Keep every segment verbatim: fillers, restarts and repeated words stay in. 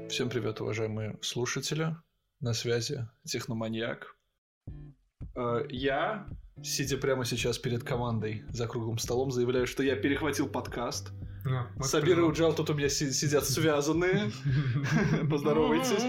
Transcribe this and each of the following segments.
Всем привет, уважаемые слушатели. На связи Техноманьяк. Я, сидя прямо сейчас перед командой за круглым столом, заявляю, что я перехватил подкаст. No, Сабир и Уджал тут у меня сидят связанные. Поздоровайтесь.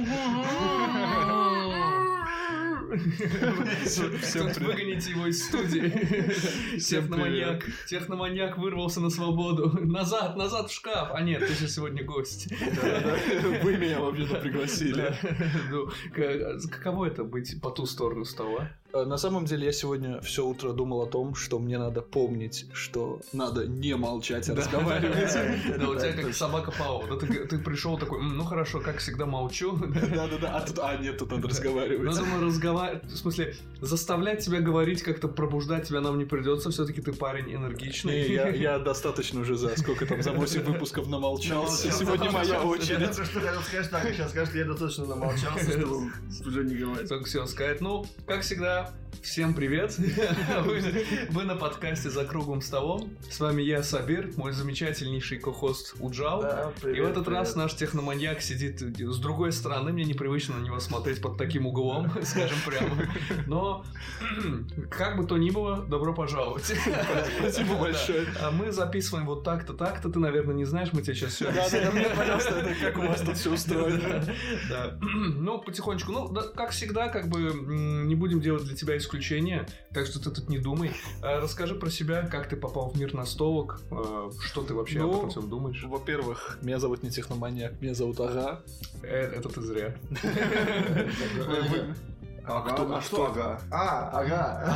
Выгоните его из студии. Техноманьяк. Техноманьяк вырвался на свободу. Назад, назад в шкаф. А нет, ты же сегодня гость. Вы меня вообще-то пригласили. Каково это быть по ту сторону стола? На самом деле я сегодня все утро думал о том, что мне надо помнить, что надо не молчать, а разговаривать. Да, у тебя как собака Павлова. Ты пришел такой, ну хорошо, как всегда молчу. Да-да-да, а нет, тут надо разговаривать. Надо разговаривать. В смысле, заставлять тебя говорить, как-то пробуждать тебя нам не придется. Все-таки ты парень энергичный. Не, я, я достаточно уже за сколько там, за восемь выпусков намолчался. Сегодня моя очередь. Что хотел сказать, так, сейчас скажешь, я достаточно намолчался, чтобы уже не говорить. Только все сказать. Ну, как всегда, всем привет. вы, вы на подкасте «За круглым столом». С вами я, Сабир, мой замечательнейший ко-хост Уджал. Да, привет, и в этот привет. раз наш техноманьяк сидит с другой стороны. Мне непривычно на него смотреть под таким углом, скажем прямо. Но, как бы то ни было, добро пожаловать. Спасибо большое. А мы записываем вот так-то, так-то. Ты, наверное, не знаешь, мы тебе сейчас все объясним. Да, да, мне, пожалуйста, как у вас тут все устроено. Да. Ну, потихонечку. Ну, как всегда, как бы не будем делать для тебя исключение, так что ты тут не думай. Расскажи про себя, как ты попал в мир настолок, что ты вообще об этом всем думаешь? Во-первых, меня зовут не Техноманьяк, меня зовут Ага. Это ты зря. А, а, кто, а что ага? А, ага.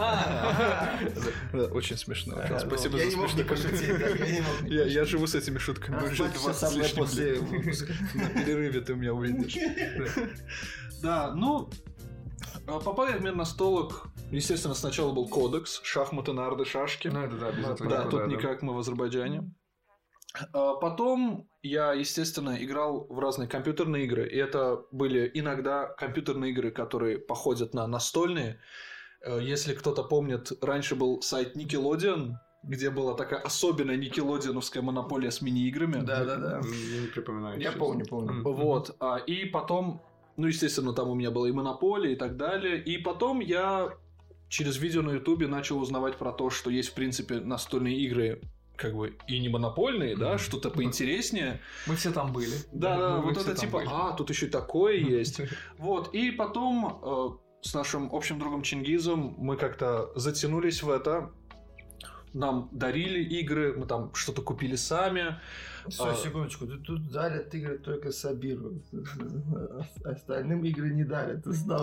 Ага. Очень смешно. Спасибо я за не мог смешно. Не пошутить, я, не я, я живу с этими шутками уже двадцать с лишним после... лет. На перерыве ты меня увидишь. Да, ну... Попал я в мир настолок. Естественно, сначала был кодекс, шахматы, нарды, шашки. Ну, это да, без этого да, тут никак, мы в Азербайджане. Потом я, естественно, играл в разные компьютерные игры. И это были иногда компьютерные игры, которые походят на настольные. Если кто-то помнит, раньше был сайт Nickelodeon, где была такая особенная никелодеоновская монополия с мини-играми. Да-да-да. Я не припоминаю. Я помню, помню. Вот. И потом... Ну, естественно, там у меня была и монополия, и так далее. И потом я через видео на Ютубе начал узнавать про то, что есть, в принципе, настольные игры, как бы, и не монопольные, mm-hmm. да, что-то поинтереснее. Мы все там были. Да, да, вот это типа, были. а, тут еще и такое есть. Вот, и потом с нашим общим другом Чингизом мы как-то затянулись в это. Нам дарили игры, мы там что-то купили сами. Все, секундочку, тут дарят игры только Сабиру. Остальным игры не дарят.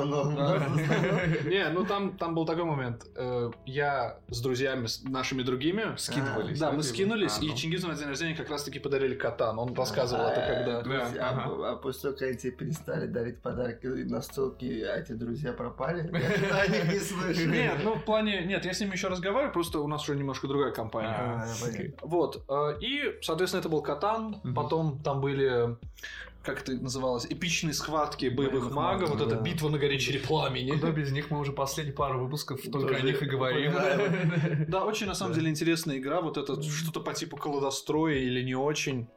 Не, ну там, там был такой момент. Я с друзьями, с нашими другими скидывались. Да, мы скинулись, и Чингизу на день рождения как раз-таки подарили Катан. Он рассказывал это когда. А после того, как тебе перестали дарить подарки настолки, а эти друзья пропали? Я о них не слышу. Нет, ну в плане... Нет, я с ними еще разговариваю, просто у нас уже немножко другая компания. Вот. И, соответственно, это был Катан. Mm-hmm. Потом там были, как это называлось, эпичные схватки боевых магов, вот эта битва на горе Черепламени. Куда без них, мы уже последние пару выпусков только о них и говорим. Да, очень на самом деле интересная игра, вот это что-то по типу колодостроя или не очень.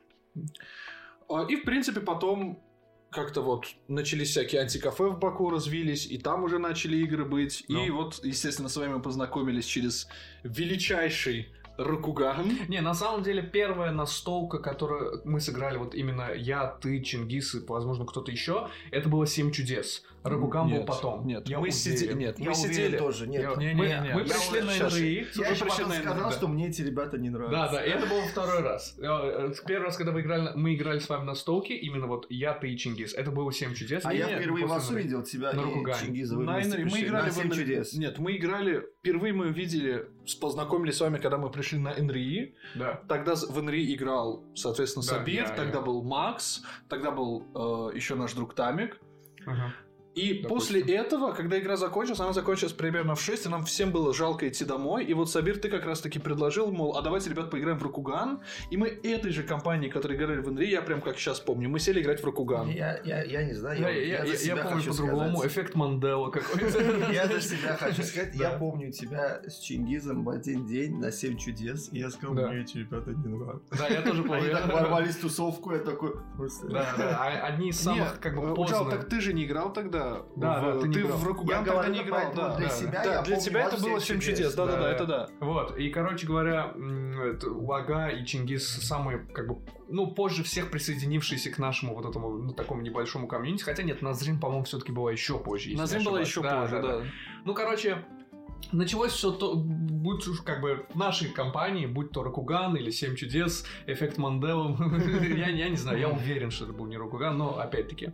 И в принципе потом как-то вот начались всякие антикафе в Баку, развились, и там уже начали игры быть. И вот, естественно, с вами познакомились через величайший Рокуган. Не, на самом деле первая настолка, которую мы сыграли, вот именно я, ты, Чингис и, возможно, кто-то еще, это было «Семь чудес». Рокуган был потом. Нет, я мы сидели. Нет, я мы сидели тоже. Нет, я, не, не, не, мы пришли на эн эр и. Я еще потом сказал, что мне эти ребята не нравятся. Да, да, и это был второй раз. Первый раз, когда мы играли, мы играли с вами на настолке, именно вот я, ты и Чингис. Это было «Семь чудес». А я впервые вас увидел, тебя и Чингиза. Мы играли в «Семь чудес». Нет, мы играли, впервые мы увидели, познакомились с вами, когда мы пришли на эн эр и. Да. Тогда в эн эр и играл, соответственно, да, Сабир, я, тогда я. был Макс, тогда был э, еще наш друг Тамик. Ага. И допустим. После этого, когда игра закончилась, она закончилась примерно в шесть, и нам всем было жалко идти домой. И вот, Сабир, ты как раз-таки предложил, мол, а давайте, ребят, поиграем в Рокуган. И мы этой же компании, которые играли в Инри, я прям как сейчас помню, мы сели играть в Рокуган. Я, я, я не знаю, я, я, я, я, я помню по-другому, эффект Мандела какой-то. Я за себя хочу сказать, я помню тебя с Чингизом в один день на семь чудес, и я сказал, мне эти ребята не нравятся. Да, я тоже помню. Они так ворвались в тусовку, я такой... Да, да, одни из самых как бы поздно. Так ты же не играл тогда? Да, ты в Рокуган тогда не играл, да. Для себя, да, для тебя это было семь чудес, да-да-да, это да. Вот, и, короче говоря, Ага и Чингис самые, как бы, ну, позже всех присоединившиеся к нашему вот этому, ну, такому небольшому комьюнити, хотя нет, Назрин, по-моему, все-таки была еще позже. Назрин была еще да, позже, да, да. да. Ну, короче, началось все то, будь уж как бы в нашей компании, будь то Рокуган или Семь чудес, эффект Манделы, я, я не знаю, я уверен, что это был не Рокуган, но опять-таки.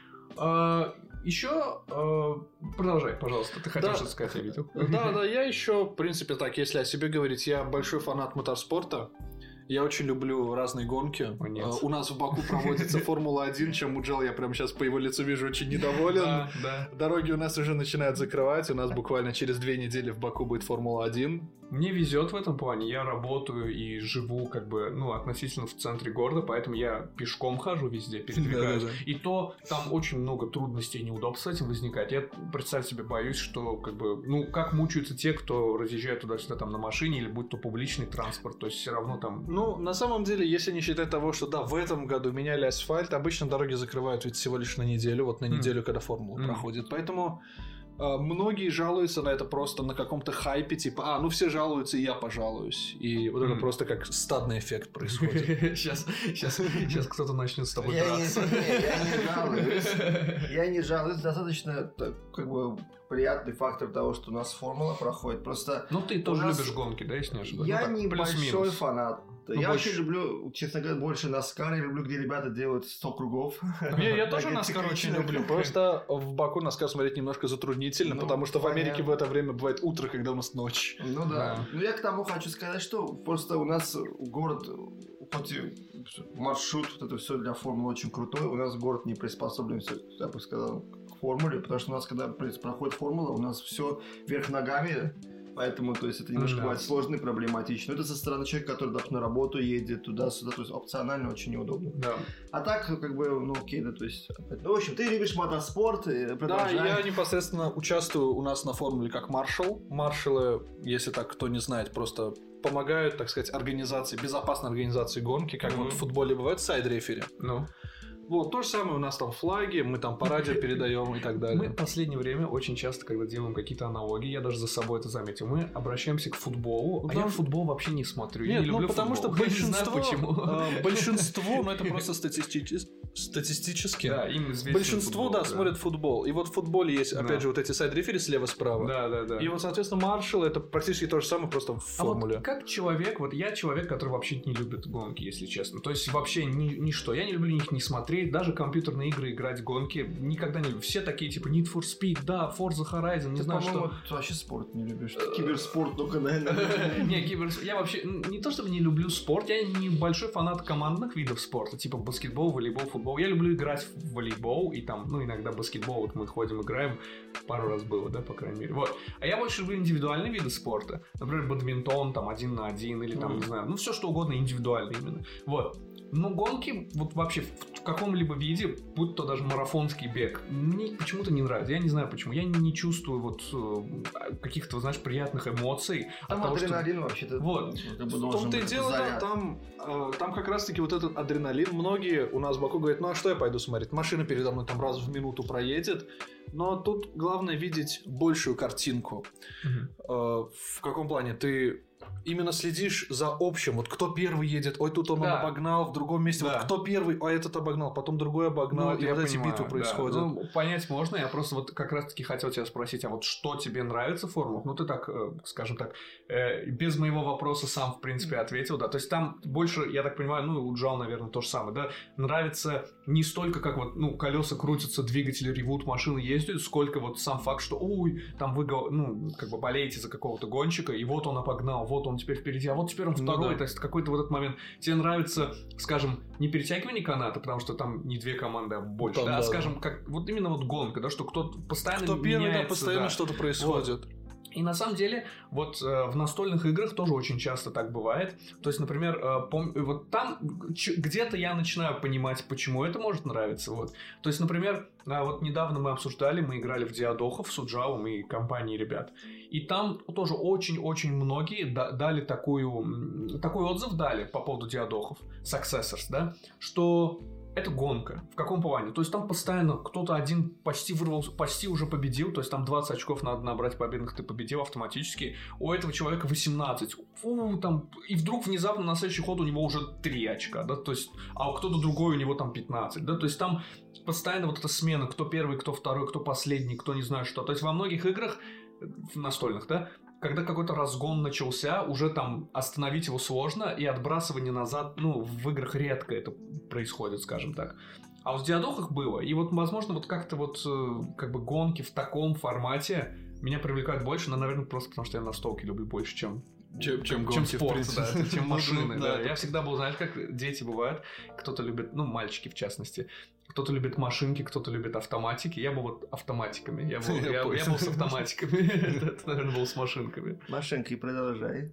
Еще продолжай, пожалуйста, ты хотел что-то сказать, я видел. Да, да, я еще, в принципе, так, если о себе говорить, я большой фанат моторспорта. Я очень люблю разные гонки. О, у нас в Баку проводится Формула один, чем Уджал, я прямо сейчас по его лицу вижу, очень недоволен. Да, да. Дороги у нас уже начинают закрывать. У нас буквально через две недели в Баку будет Формула один. Мне везет в этом плане. Я работаю и живу как бы, ну, относительно в центре города, поэтому я пешком хожу везде, передвигаюсь. Да, да, да. И то там очень много трудностей и неудобств с этим возникает. Я, представь себе, боюсь, что как бы, ну, как мучаются те, кто разъезжает туда-сюда там на машине или будь то публичный транспорт, то есть все равно там... Ну, на самом деле, если не считать того, что да, в этом году меняли асфальт, обычно дороги закрывают ведь всего лишь на неделю, вот на неделю, mm. когда формула mm. проходит. Поэтому э, многие жалуются на это просто на каком-то хайпе, типа, а, ну все жалуются, и я пожалуюсь. И вот mm. это просто как стадный эффект происходит. Сейчас, сейчас, сейчас кто-то начнет с тобой драться. Я не жалуюсь. Я не жалуюсь. Достаточно, как бы, приятный фактор того, что у нас формула проходит. Просто... Ну, ты тоже любишь гонки, да, если не ошибаюсь? Я не большой фанат. Ну, я больше... вообще люблю, честно говоря, больше наскар. Я люблю, где ребята делают сто кругов. Я, я тоже наскар очень люблю. Просто в Баку наскар смотреть немножко затруднительно, ну, потому что понятно. В Америке в это время бывает утро, когда у нас ночь. Ну да. да. Ну я к тому хочу сказать, что просто у нас город, хоть и маршрут, вот это все для формулы очень крутой, у нас город не приспособлен, я бы сказал, к формуле, потому что у нас, когда проходит формула, у нас все вверх ногами. Поэтому, то есть, это немножко mm-hmm. бывает сложно и проблематично. Это со стороны человека, который даже на работу едет туда-сюда, то есть, опционально очень неудобно. Да. А так, как бы, ну, окей, да, то есть... Ну, в общем, ты любишь мотоспорт, и продолжай. Да, я непосредственно участвую у нас на формуле как маршал. Маршалы, если так, кто не знает, просто помогают, так сказать, организации, безопасной организации гонки, как mm-hmm. вот в футболе бывает сайд-рефери. Ну... Вот, то же самое у нас там флаги, мы там по радио передаем и так далее. Мы в последнее время очень часто, когда делаем какие-то аналогии, я даже за собой это заметил, мы обращаемся к футболу, а я футбол вообще не смотрю. Нет, я не ну люблю потому футбол. что большинство, не знаю, почему. Э, большинство, ну это просто статистически, статистически. Да, им известен большинство, футбол, да, да, смотрят футбол. И вот в футболе есть, опять да. же, вот эти сайд-рефери слева-справа. Да, да, да. И вот, соответственно, маршал это практически то же самое, просто в формуле. А вот как человек, вот я человек, который вообще не любит гонки, если честно. То есть вообще ни, ничто. Я не люблю них не смотреть, даже компьютер игры играть в гонки никогда не люблю. Все такие типа Need for Speed, да, Forza Horizon, не ты, знаю что. Ты вообще спорт не любишь. Киберспорт только, наверное. Не, киберспорт. Я вообще не то чтобы не люблю спорт, я не большой фанат командных видов спорта, типа баскетбол, волейбол, футбол. Я люблю играть в волейбол и там, ну, иногда баскетбол, вот мы ходим, играем, пару раз было, да, по крайней мере. Вот. А я больше люблю индивидуальные виды спорта. Например, бадминтон, там, один на один, или там, не знаю, ну, все что угодно индивидуально именно. Вот. Но гонки, вот вообще в каком-либо виде, будь то даже марафонский бег, мне почему-то не нравится. Я не знаю почему. Я не чувствую вот каких-то, знаешь, приятных эмоций. Там от адреналин того, вообще-то. Вот. В том-то и дело, да, там, там как раз-таки вот этот адреналин. Многие у нас в Баку говорят, ну а что я пойду смотреть? Машина передо мной там раз в минуту проедет. Но тут главное видеть большую картинку. Угу. В каком плане? Ты именно следишь за общим. Вот кто первый едет, ой, тут он, да. он обогнал, в другом месте, да. вот кто первый, а этот обогнал, потом другой обогнал, ну, и вот эти битвы происходят. Да. Ну, понять можно, я просто вот как раз-таки хотел тебя спросить, а вот что тебе нравится в формулах? Ну, ты так, скажем так, без моего вопроса сам, в принципе, ответил, да. То есть там больше, я так понимаю, ну, у Джал, наверное, то же самое, да. Нравится не столько, как вот, ну, колеса крутятся, двигатели ревут, машины ездят, ездят, сколько вот сам факт, что ой, там вы ну, как бы болеете за какого-то гонщика, и вот он обогнал, вот он теперь впереди, а вот теперь он второй. Ну, да. То есть какой-то вот этот момент. Тебе нравится, скажем, не перетягивание каната, потому что там не две команды, а больше, там, да, да, а скажем, да. как вот именно вот гонка, да, что кто-то постоянно кто меняется. Кто первый, да, постоянно да. что-то происходит. Вот. И на самом деле, вот э, в настольных играх тоже очень часто так бывает. То есть, например, э, пом- вот там ч- где-то я начинаю понимать, почему это может нравиться. Вот. То есть, например, э, вот недавно мы обсуждали, мы играли в Диадохов с Уджалом и компанией ребят. И там тоже очень-очень многие да- дали такую, такой отзыв дали по поводу Диадохов, Successors, да, что... Это гонка. В каком плане? То есть там постоянно кто-то один почти вырвался, почти уже победил, то есть там двадцать очков надо набрать победных, ты победил автоматически. У этого человека восемнадцать. Фу, там... И вдруг внезапно на следующий ход у него уже три очка, да, то есть... А у кто-то другой у него там пятнадцать, да, то есть там постоянно вот эта смена, кто первый, кто второй, кто последний, кто не знает что. То есть во многих играх, настольных, да, когда какой-то разгон начался, уже там остановить его сложно, и отбрасывание назад, ну, в играх редко это происходит, скажем так. А вот в Диадохах было. И вот, возможно, вот как-то вот как бы гонки в таком формате меня привлекают больше, но, наверное, просто потому что я настолки люблю больше, чем... Чем, чем, гонки, чем спорт, да, чем машины, да. да. Я всегда был, знаешь, как дети бывают, кто-то любит, ну, мальчики в частности, кто-то любит машинки, кто-то любит автоматики. Я был вот автоматиками, я был, я, я был с автоматиками, это, наверное, был с машинками. Машинки, продолжай.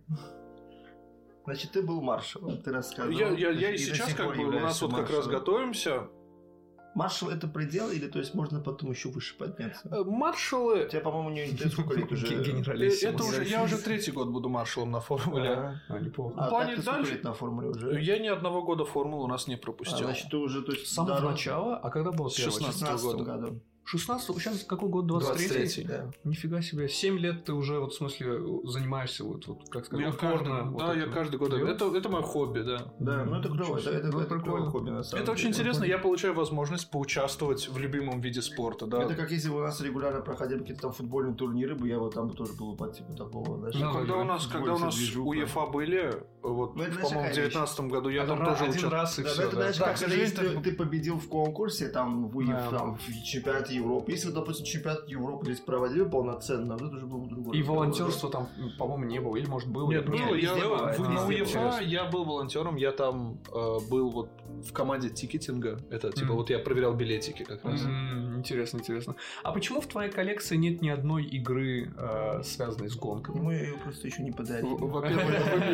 Значит, ты был маршалом, ты рассказывал. Я, я, я и сейчас как бы у нас вот как раз готовимся. Маршал — это предел, или то есть можно потом еще выше подняться? Маршалы... У тебя, по-моему, не ты сколько лет уже? Это уже, я уже третий год буду маршалом на формуле. А, неплохо. А так ты сколько лет на формуле уже? Я ни одного года формулу у нас не пропустил. А, значит, ты уже... То есть, с самого начала? А когда было первое? С шестнадцатого года. шестнадцатого? Сейчас какой год? двадцать третий? Да. Нифига себе. семь лет ты уже, вот в смысле, занимаешься, вот, вот как сказать, я каждый, вот да, я каждый год. Это, это мое хобби, да. Да, ну это клево. Это, это, это клевое хобби, на самом Это деле. очень интересно. Я получаю возможность поучаствовать в любимом виде спорта, да. Это как если бы у нас регулярно проходили какие-то там футбольные турниры, бы я вот там бы тоже был по типу такого, знаешь. Ну, когда у нас, когда у нас УЕФА были, вот, ну, по-моему, в девятнадцатом году я там тоже один раз и да, все. Это, знаешь, как если ты победил в конкурсе, там, в УЕФА, в чемпионате Европы. Если, допустим, чемпионат Европы здесь проводили полноценно, это уже было другое. И волонтерство там, по-моему, не было, или может было? Нет, было. Я, бывает, в, на УЕФА интересно. я был волонтером, я там э, был вот в команде тикетинга. Это типа Mm. вот я проверял билетики как раз. Mm, интересно, интересно. А почему в твоей коллекции нет ни одной игры, э, связанной с гонками? Мы ее просто еще не подарили. Во-первых,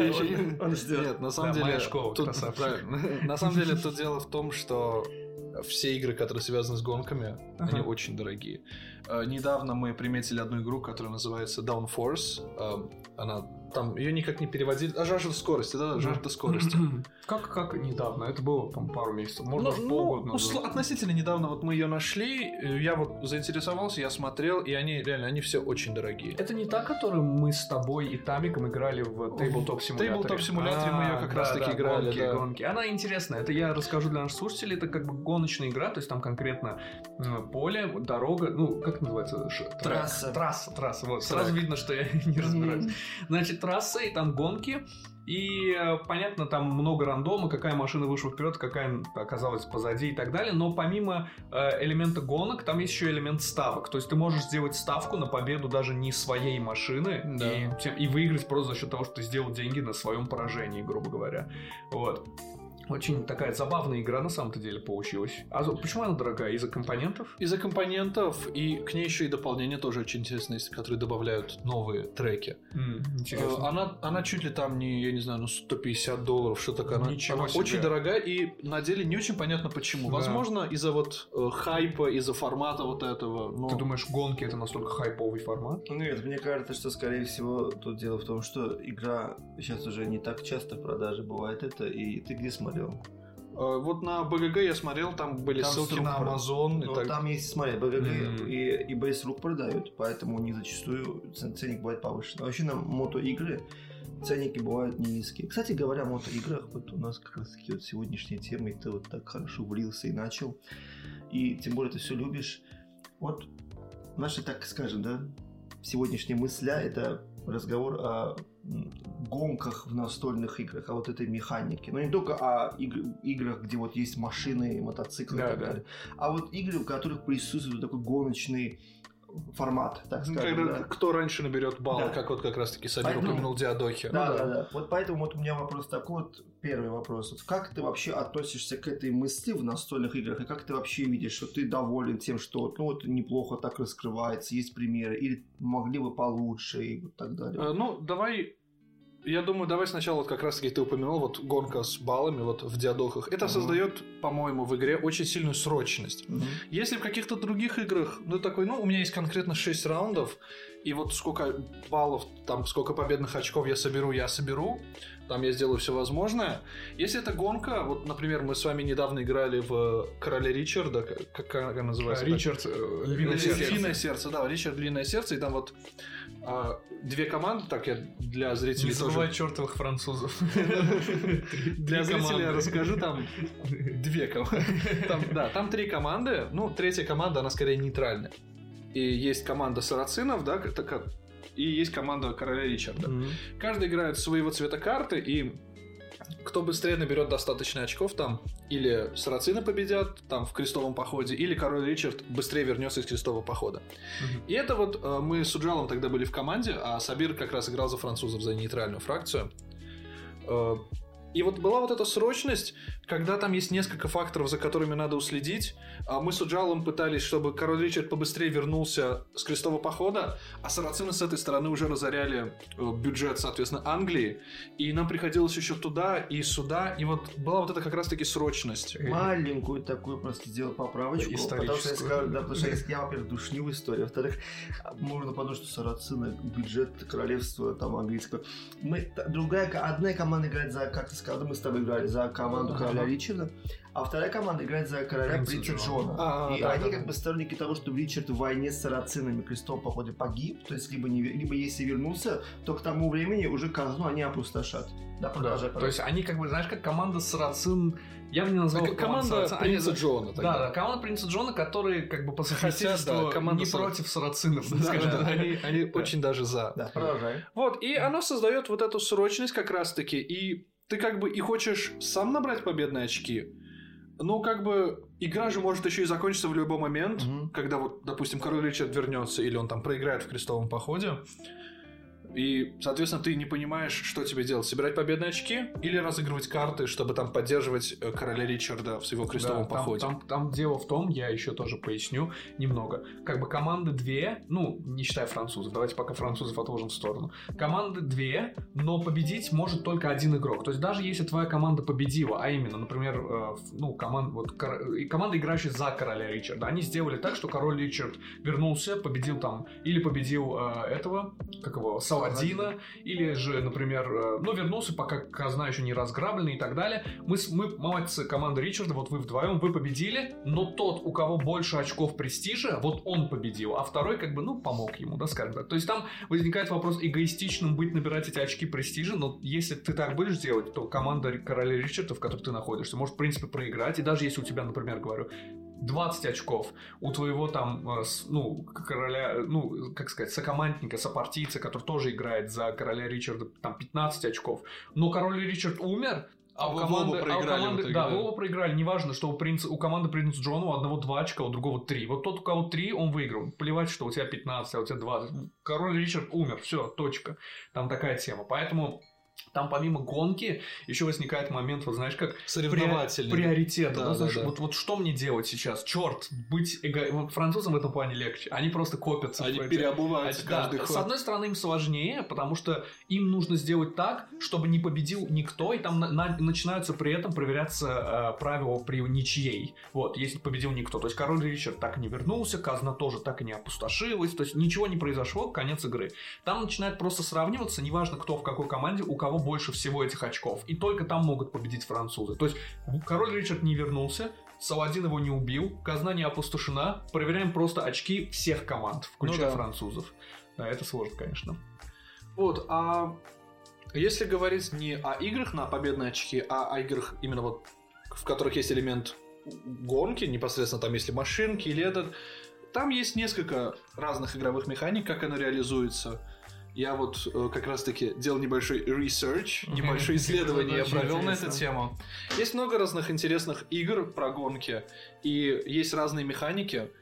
нет, на самом деле, на самом деле, тут дело в том, что все игры, которые связаны с гонками, uh-huh. они очень дорогие. Uh, недавно мы приметили одну игру, которая называется Downforce. Uh, она там ее никак не переводили. А жажда скорости, да, uh-huh. жажда скорости. Как, как недавно? Это было там пару месяцев, может ну, даже полгода ну, назад. Относительно недавно вот мы ее нашли. Я вот заинтересовался, я смотрел, и они реально, они все очень дорогие. Это не та, которую мы с тобой и Тамиком играли в Tabletop симуляторе. В Tabletop симуляторе мы ее как раз таки играли. Гонки, да. гонки. Она интересная. Это я расскажу для наших слушателей. Это как бы гоночная игра, то есть там конкретно поле, дорога, ну как называется? Трасса. Трасса, трасса. Вот. Сразу видно, что я не разбираюсь. Значит, трасса и там гонки. И, понятно, там много рандома, какая машина вышла вперед, какая оказалась позади и так далее. Но помимо э, элемента гонок, там есть еще элемент ставок. То есть ты можешь сделать ставку на победу даже не своей машины, да. и, и выиграть просто за счет того, что ты сделал деньги на своем поражении, грубо говоря. Вот. Очень такая забавная игра на самом-то деле получилась. А почему она дорогая? Из-за компонентов? Из-за компонентов, и к ней еще и дополнение тоже очень интересное, которые добавляют новые треки. Mm, интересно. Она, она чуть ли там не, я не знаю, ну сто пятьдесят долларов, что такое. Она, она очень дорогая, и на деле не очень понятно почему. Да. Возможно, из-за вот э, хайпа, из-за формата вот этого. Но... Ты думаешь, гонки это настолько хайповый формат? Нет, мне кажется, что скорее всего тут дело в том, что игра сейчас уже не так часто в продаже бывает это, и ты где смотрел? Вот на БГГ я смотрел, там были там ссылки на Amazon. Ну, так... там есть, смотри, БГГ mm-hmm. и eBay с рук продают, поэтому у них зачастую ценник бывает повышен. А вообще на мотоигры ценники бывают не низкие. Кстати говоря, о мотоиграх, вот у нас как раз таки вот сегодняшняя тема, и ты вот так хорошо влился и начал, и тем более ты все любишь. Вот наши, так скажем, да, сегодняшняя мысля — это разговор о гонках в настольных играх, о вот этой механике. Но не только о иг- играх, где вот есть машины, мотоциклы да, и так да. далее, а вот игры, в которых присутствует такой гоночный формат, так скажем. Когда да. кто раньше наберет баллы, да. как вот как раз таки Сабир поэтому... упомянул Диадохи. Да, ну, да, да, да. Вот поэтому вот у меня вопрос такой, вот первый вопрос. Вот как ты вообще относишься к этой мысли в настольных играх, и как ты вообще видишь, что ты доволен тем, что ну вот неплохо так раскрывается, есть примеры, или могли бы получше, и вот так далее? А, ну, давай... Я думаю, давай сначала, вот как раз-таки ты упомянул, вот гонка с баллами вот в Диадохах. Это uh-huh. создает, по-моему, в игре очень сильную срочность. Uh-huh. Если в каких-то других играх, ну, такой, ну, у меня есть конкретно шесть раундов, и вот сколько баллов, там, сколько победных очков я соберу, я соберу, там я сделаю все возможное. Если это гонка, вот, например, мы с вами недавно играли в Короля Ричарда, как, как она называется? Ричард Львиное сердце. Львиное сердце, да, Ричард Львиное сердце, и там вот а, две команды, так я для зрителей не тоже... Не забывай чертовых французов. Для зрителей я расскажу, там две команды. Да, там три команды, ну, третья команда, она скорее нейтральная. И есть команда сарацинов, да, и есть команда Короля Ричарда. Mm-hmm. Каждый играет своего цвета карты, и кто быстрее наберет достаточно очков, там или сарацины победят там в крестовом походе, или Король Ричард быстрее вернется из крестового похода. Mm-hmm. И это вот мы с Уджалом тогда были в команде, а Сабир как раз играл за французов, за нейтральную фракцию. И вот была вот эта срочность, когда там есть несколько факторов, за которыми надо уследить. Мы с Уджалом пытались, чтобы Король Ричард побыстрее вернулся с крестового похода, а сарацины с этой стороны уже разоряли бюджет, соответственно, Англии. И нам приходилось еще туда и сюда. И вот была вот эта как раз-таки срочность. Маленькую такую просто сделал поправочку. Потому что я скажу, да, потому что я, во-первых, душню в истории. Во-вторых, можно подумать, что сарацины, бюджет королевства там английского. Мы, другая, одна команда играет за, как ты сказал, мы с тобой играли за команду Короля Ричарда, а вторая команда играет за короля Принца, Принца Джона. А, и да, они да, как да. бы сторонники того, что Ричард в войне с сарацинами в крестовом походе погиб, то есть либо, не, либо если вернулся, то к тому времени уже казну они опустошат. Да, продолжай, да. То есть они как бы, знаешь, как команда сарацин, я бы не назвал так, команда Принца Джона. Да, да, команда Принца Джона, которые как бы по совместительству да, не сар... против сарацинов. Да, скажем, да, они, они да. очень даже за. Да, продолжай. Вот, и оно создает вот эту срочность как раз-таки, и ты как бы и хочешь сам набрать победные очки, но как бы игра же может еще и закончиться в любой момент, mm-hmm. когда вот, допустим, Король Ричард вернется или он там проиграет в крестовом походе. И, соответственно, ты не понимаешь, что тебе делать. Собирать победные очки или разыгрывать карты, чтобы там поддерживать Короля Ричарда в его крестовом да, там, походе. Там, там дело в том, я еще тоже поясню немного. Как бы команды две, ну, не считая французов, давайте пока французов отложим в сторону. Команды две, но победить может только один игрок. То есть даже если твоя команда победила, а именно, например, э, ну, команда, вот, кор... команда, играющая за Короля Ричарда, они сделали так, что Король Ричард вернулся, победил там, или победил э, этого, как его, Саладина, или же, например, ну, вернулся, пока казна еще не разграблена и так далее. Мы, мы молодцы, команда Ричарда, вот вы вдвоем, вы победили, но тот, у кого больше очков престижа, вот он победил, а второй, как бы, ну, помог ему, да, скажем так. То есть там возникает вопрос эгоистичным быть, набирать эти очки престижа, но если ты так будешь делать, то команда Короля Ричарда, в которой ты находишься, может, в принципе, проиграть, и даже если у тебя, например, говорю, двадцать очков у твоего там, ну, короля, ну, как сказать, сокомандника, сопартийца, который тоже играет за Короля Ричарда, там пятнадцать очков, но Король Ричард умер, а, а у команды, а у команды итоге, да, да, вы оба проиграли, неважно, что у, принца, у команды Принц Джона у одного два очка, у другого три, вот тот, у кого три, он выиграл, плевать, что у тебя пятнадцать, а у тебя двадцать, Король Ричард умер, все, точка, там такая тема, поэтому... Там помимо гонки еще возникает момент, вот знаешь, как соревновательный приоритет. Да, да, да, знаешь, да. Вот, вот что мне делать сейчас? Черт, быть эго... вот французам в этом плане легче. Они просто копятся. Они переобуваются да, каждый ход. С одной стороны, им сложнее, потому что им нужно сделать так, чтобы не победил никто, и там на- на- начинаются при этом проверяться э, правила при ничьей. Вот, если победил никто. То есть Король Ричард так и не вернулся, казна тоже так и не опустошилась, то есть ничего не произошло, конец игры. Там начинает просто сравниваться, неважно кто в какой команде, у кого больше всего этих очков. И только там могут победить французы. То есть Король Ричард не вернулся, Саладин его не убил, казна не опустошена. Проверяем просто очки всех команд, включая ну, да. французов. Да, это сложно, конечно. Вот, а если говорить не о играх на победные очки, а о играх именно вот, в которых есть элемент гонки, непосредственно там если машинки или этот, там есть несколько разных игровых механик, как оно реализуется. я вот э, как раз-таки делал небольшой research, небольшое исследование я провел на эту тему. Есть много разных интересных игр про гонки, и есть разные механики.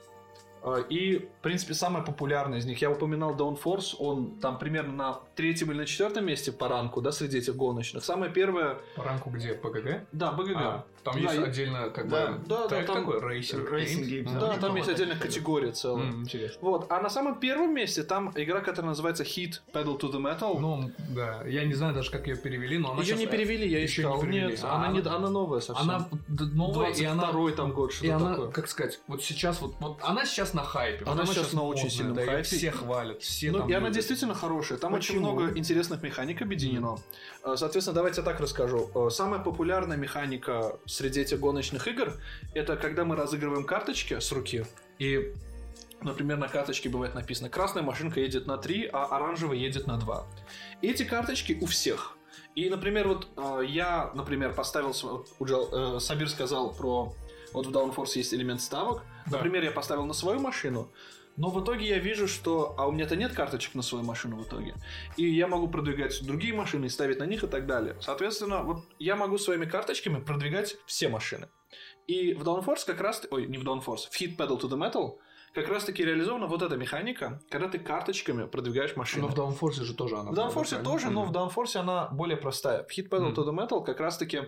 И, в принципе, самая популярная из них, я упоминал Downforce, он там примерно на третьем или на четвертом месте по ранку, да, среди этих гоночных. Самое первое... По ранку где? По ГГ? Да, по ГГ. А, там да, есть и... отдельно, как да, бы, да, тег да, там... такой, рейсинг. Racing Games. Да, да, там есть отдельная категория целая. Mm, интересно. Вот, а на самом первом месте там игра, которая называется Heat Pedal to the Metal. Ну, да, я не знаю даже, как ее перевели, но она Ее сейчас... не перевели, я еще искал. не перевели. Нет, а, она, она... Не... она новая совсем. Она новая, и она... второй там год, что-то и она, такое. Как сказать, вот сейчас вот, вот она сейчас на хайпе. Она, она сейчас на очень модная, сильном да, хайпе. Все хвалят, все ну, там и она любят. действительно хорошая. Там Почему? очень много интересных механик объединено. Mm. Соответственно, давайте я так расскажу. Самая популярная механика среди этих гоночных игр — это когда мы разыгрываем карточки с руки. И, например, на карточке бывает написано: красная машинка едет на три, а оранжевая едет на два. И эти карточки у всех. И, например, вот я, например, поставил... Вот, Сабир сказал про... Вот в Downforce есть элемент ставок. Да. Например, я поставил на свою машину, но в итоге я вижу, что... А у меня-то нет карточек на свою машину в итоге. И я могу продвигать другие машины и ставить на них и так далее. Соответственно, вот я могу своими карточками продвигать все машины. И в Downforce как раз... Ой, не в Downforce. В Heat Pedal to the Metal как раз-таки реализована вот эта механика, когда ты карточками продвигаешь машину. Но в Downforce же тоже она. В Downforce тоже, mm-hmm. но в Downforce она более простая. В Heat Pedal mm-hmm. to the Metal как раз-таки...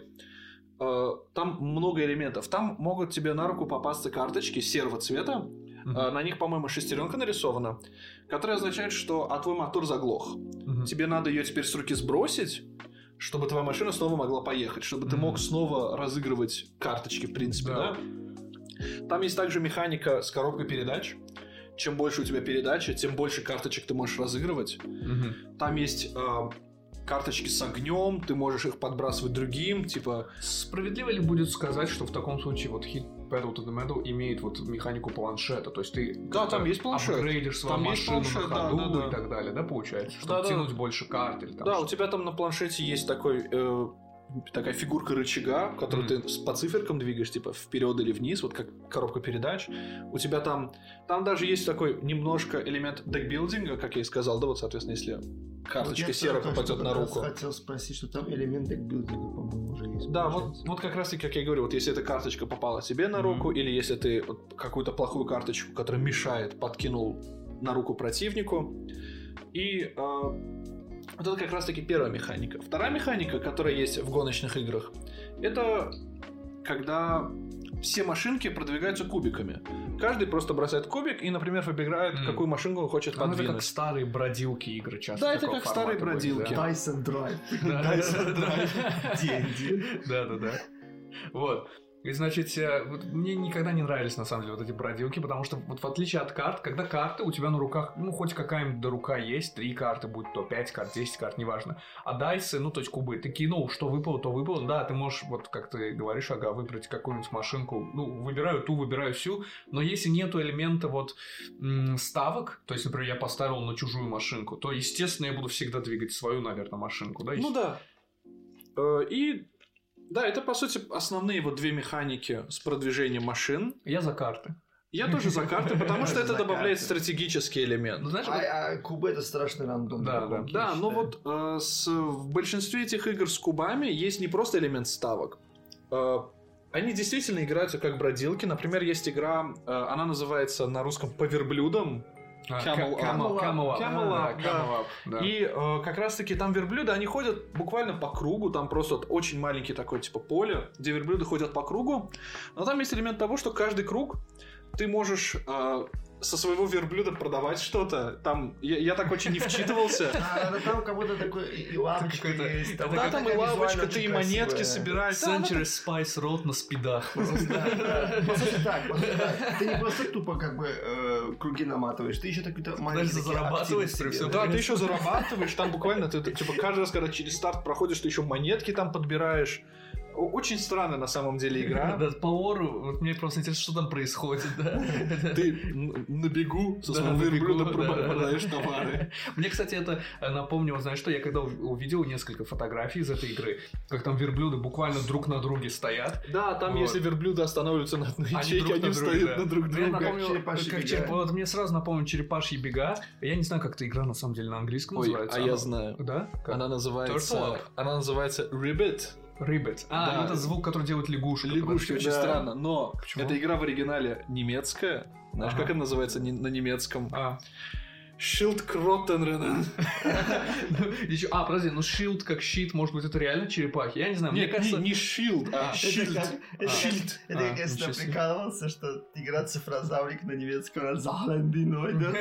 Там много элементов. Там могут тебе на руку попасться карточки серого цвета. Uh-huh. На них, по-моему, шестеренка нарисована, которая означает, что а твой мотор заглох. Uh-huh. Тебе надо ее теперь с руки сбросить, чтобы твоя машина снова могла поехать, чтобы uh-huh. ты мог снова разыгрывать карточки, в принципе, да. да? Там есть также механика с коробкой передач. Чем больше у тебя передача, тем больше карточек ты можешь разыгрывать. Uh-huh. Там есть... карточки с огнем, ты можешь их подбрасывать другим, типа... Справедливо ли будет сказать, что в таком случае вот Heat Pedal to the Metal имеет вот механику планшета, то есть ты... Да, там есть планшет. Апгрейдишь свою там машину планшет, на ходу да, да, да. и так далее, да, получается? Чтобы да, тянуть да. больше карт или там... Да, что-то. у тебя там на планшете есть такой... Э, такая фигурка рычага, которую mm. ты по циферкам двигаешь, типа вперед или вниз, вот как коробка передач. У тебя там... Там даже есть такой немножко элемент декбилдинга, как я и сказал, да, вот, соответственно, если... карточка вот серая попадет на руку. Я хотел спросить, что там элемент декбилдинга, по-моему, уже есть. Да, вот, вот как раз таки, как я говорю, вот если эта карточка попала тебе на руку, mm-hmm. или если ты вот какую-то плохую карточку, которая мешает, подкинул на руку противнику. И э, вот это как раз таки первая механика. Вторая механика, которая есть в гоночных играх, это когда все машинки продвигаются кубиками. Каждый просто бросает кубик и, например, выбирает, mm. какую машинку он хочет ну, подвинуть. Это как старые бродилки игры часто. Да, это как старые бродилки. Да? Dyson Drive. Dyson Drive. Деньги. Да-да-да. Вот. И, значит, вот, мне никогда не нравились, на самом деле, вот эти бродилки, потому что, вот в отличие от карт, когда карты у тебя на руках, ну, хоть какая-нибудь рука есть, три карты, будь то пять карт, десять карт, неважно, а дайсы, ну, то есть кубы, ты кинул, что выпало, то выпало, да, ты можешь, вот как ты говоришь, ага, выбрать какую-нибудь машинку, ну, выбираю ту, выбираю всю, но если нету элемента вот м- ставок, то есть, например, я поставил на чужую машинку, то, естественно, я буду всегда двигать свою, наверное, машинку, да? Ну, да. И... Да, это, по сути, основные вот две механики с продвижением машин. Я за карты. Я тоже за карты, потому что это добавляет стратегический элемент. А кубы — это страшный рандом. Да, да. Да, но вот в большинстве этих игр с кубами есть не просто элемент ставок. Они действительно играются как бродилки. Например, есть игра, она называется на русском «По верблюдам». Camel Up. И э, как раз-таки там верблюды, они ходят буквально по кругу, там просто вот очень маленький такой типа поле, где верблюды ходят по кругу, но там есть элемент того, что каждый круг ты можешь э, со своего верблюда продавать что-то. Там я, я так очень не вчитывался. А, там как будто такой и лавочка есть. Да, там и лавочка, ты и монетки собираешь. Century Spice Road на спидах. По сути так, ты не просто тупо как бы круги наматываешь, ты еще такой-то маленький зарабатываешь при всем. Да, ты еще зарабатываешь, там буквально ты типа каждый раз, когда через старт проходишь, ты еще монетки там подбираешь. Очень странная на самом деле игра. Да, по ору, вот мне просто интересно, что там происходит, да. Ты на бегу со своим верблюдом продаешь товары. Мне, кстати, это напомнило, знаешь что, я когда увидел несколько фотографий из этой игры, как там верблюды буквально друг на друге стоят. Да, там если верблюды останавливаются на одной ячейке, они встают на друг друга. Вот мне сразу напомнил черепашьи бега. Я не знаю, как эта игра на самом деле на английском называется. А я знаю. Да? Она называется... Она называется Ribbit. Ribbit. А, да. Ну это звук, который делают лягушки. Лягушки, очень да. странно, но Почему? Эта игра в оригинале немецкая. Знаешь, ага. как она называется на немецком? А. Schildkrötenrennen. А, подожди, ну shield как щит, может быть, это реально черепахи? Я не знаю, мне кажется... не shield, а shield. Это как если я прикалывался, что игра цифрозаврик на немецком Захлендиной, да?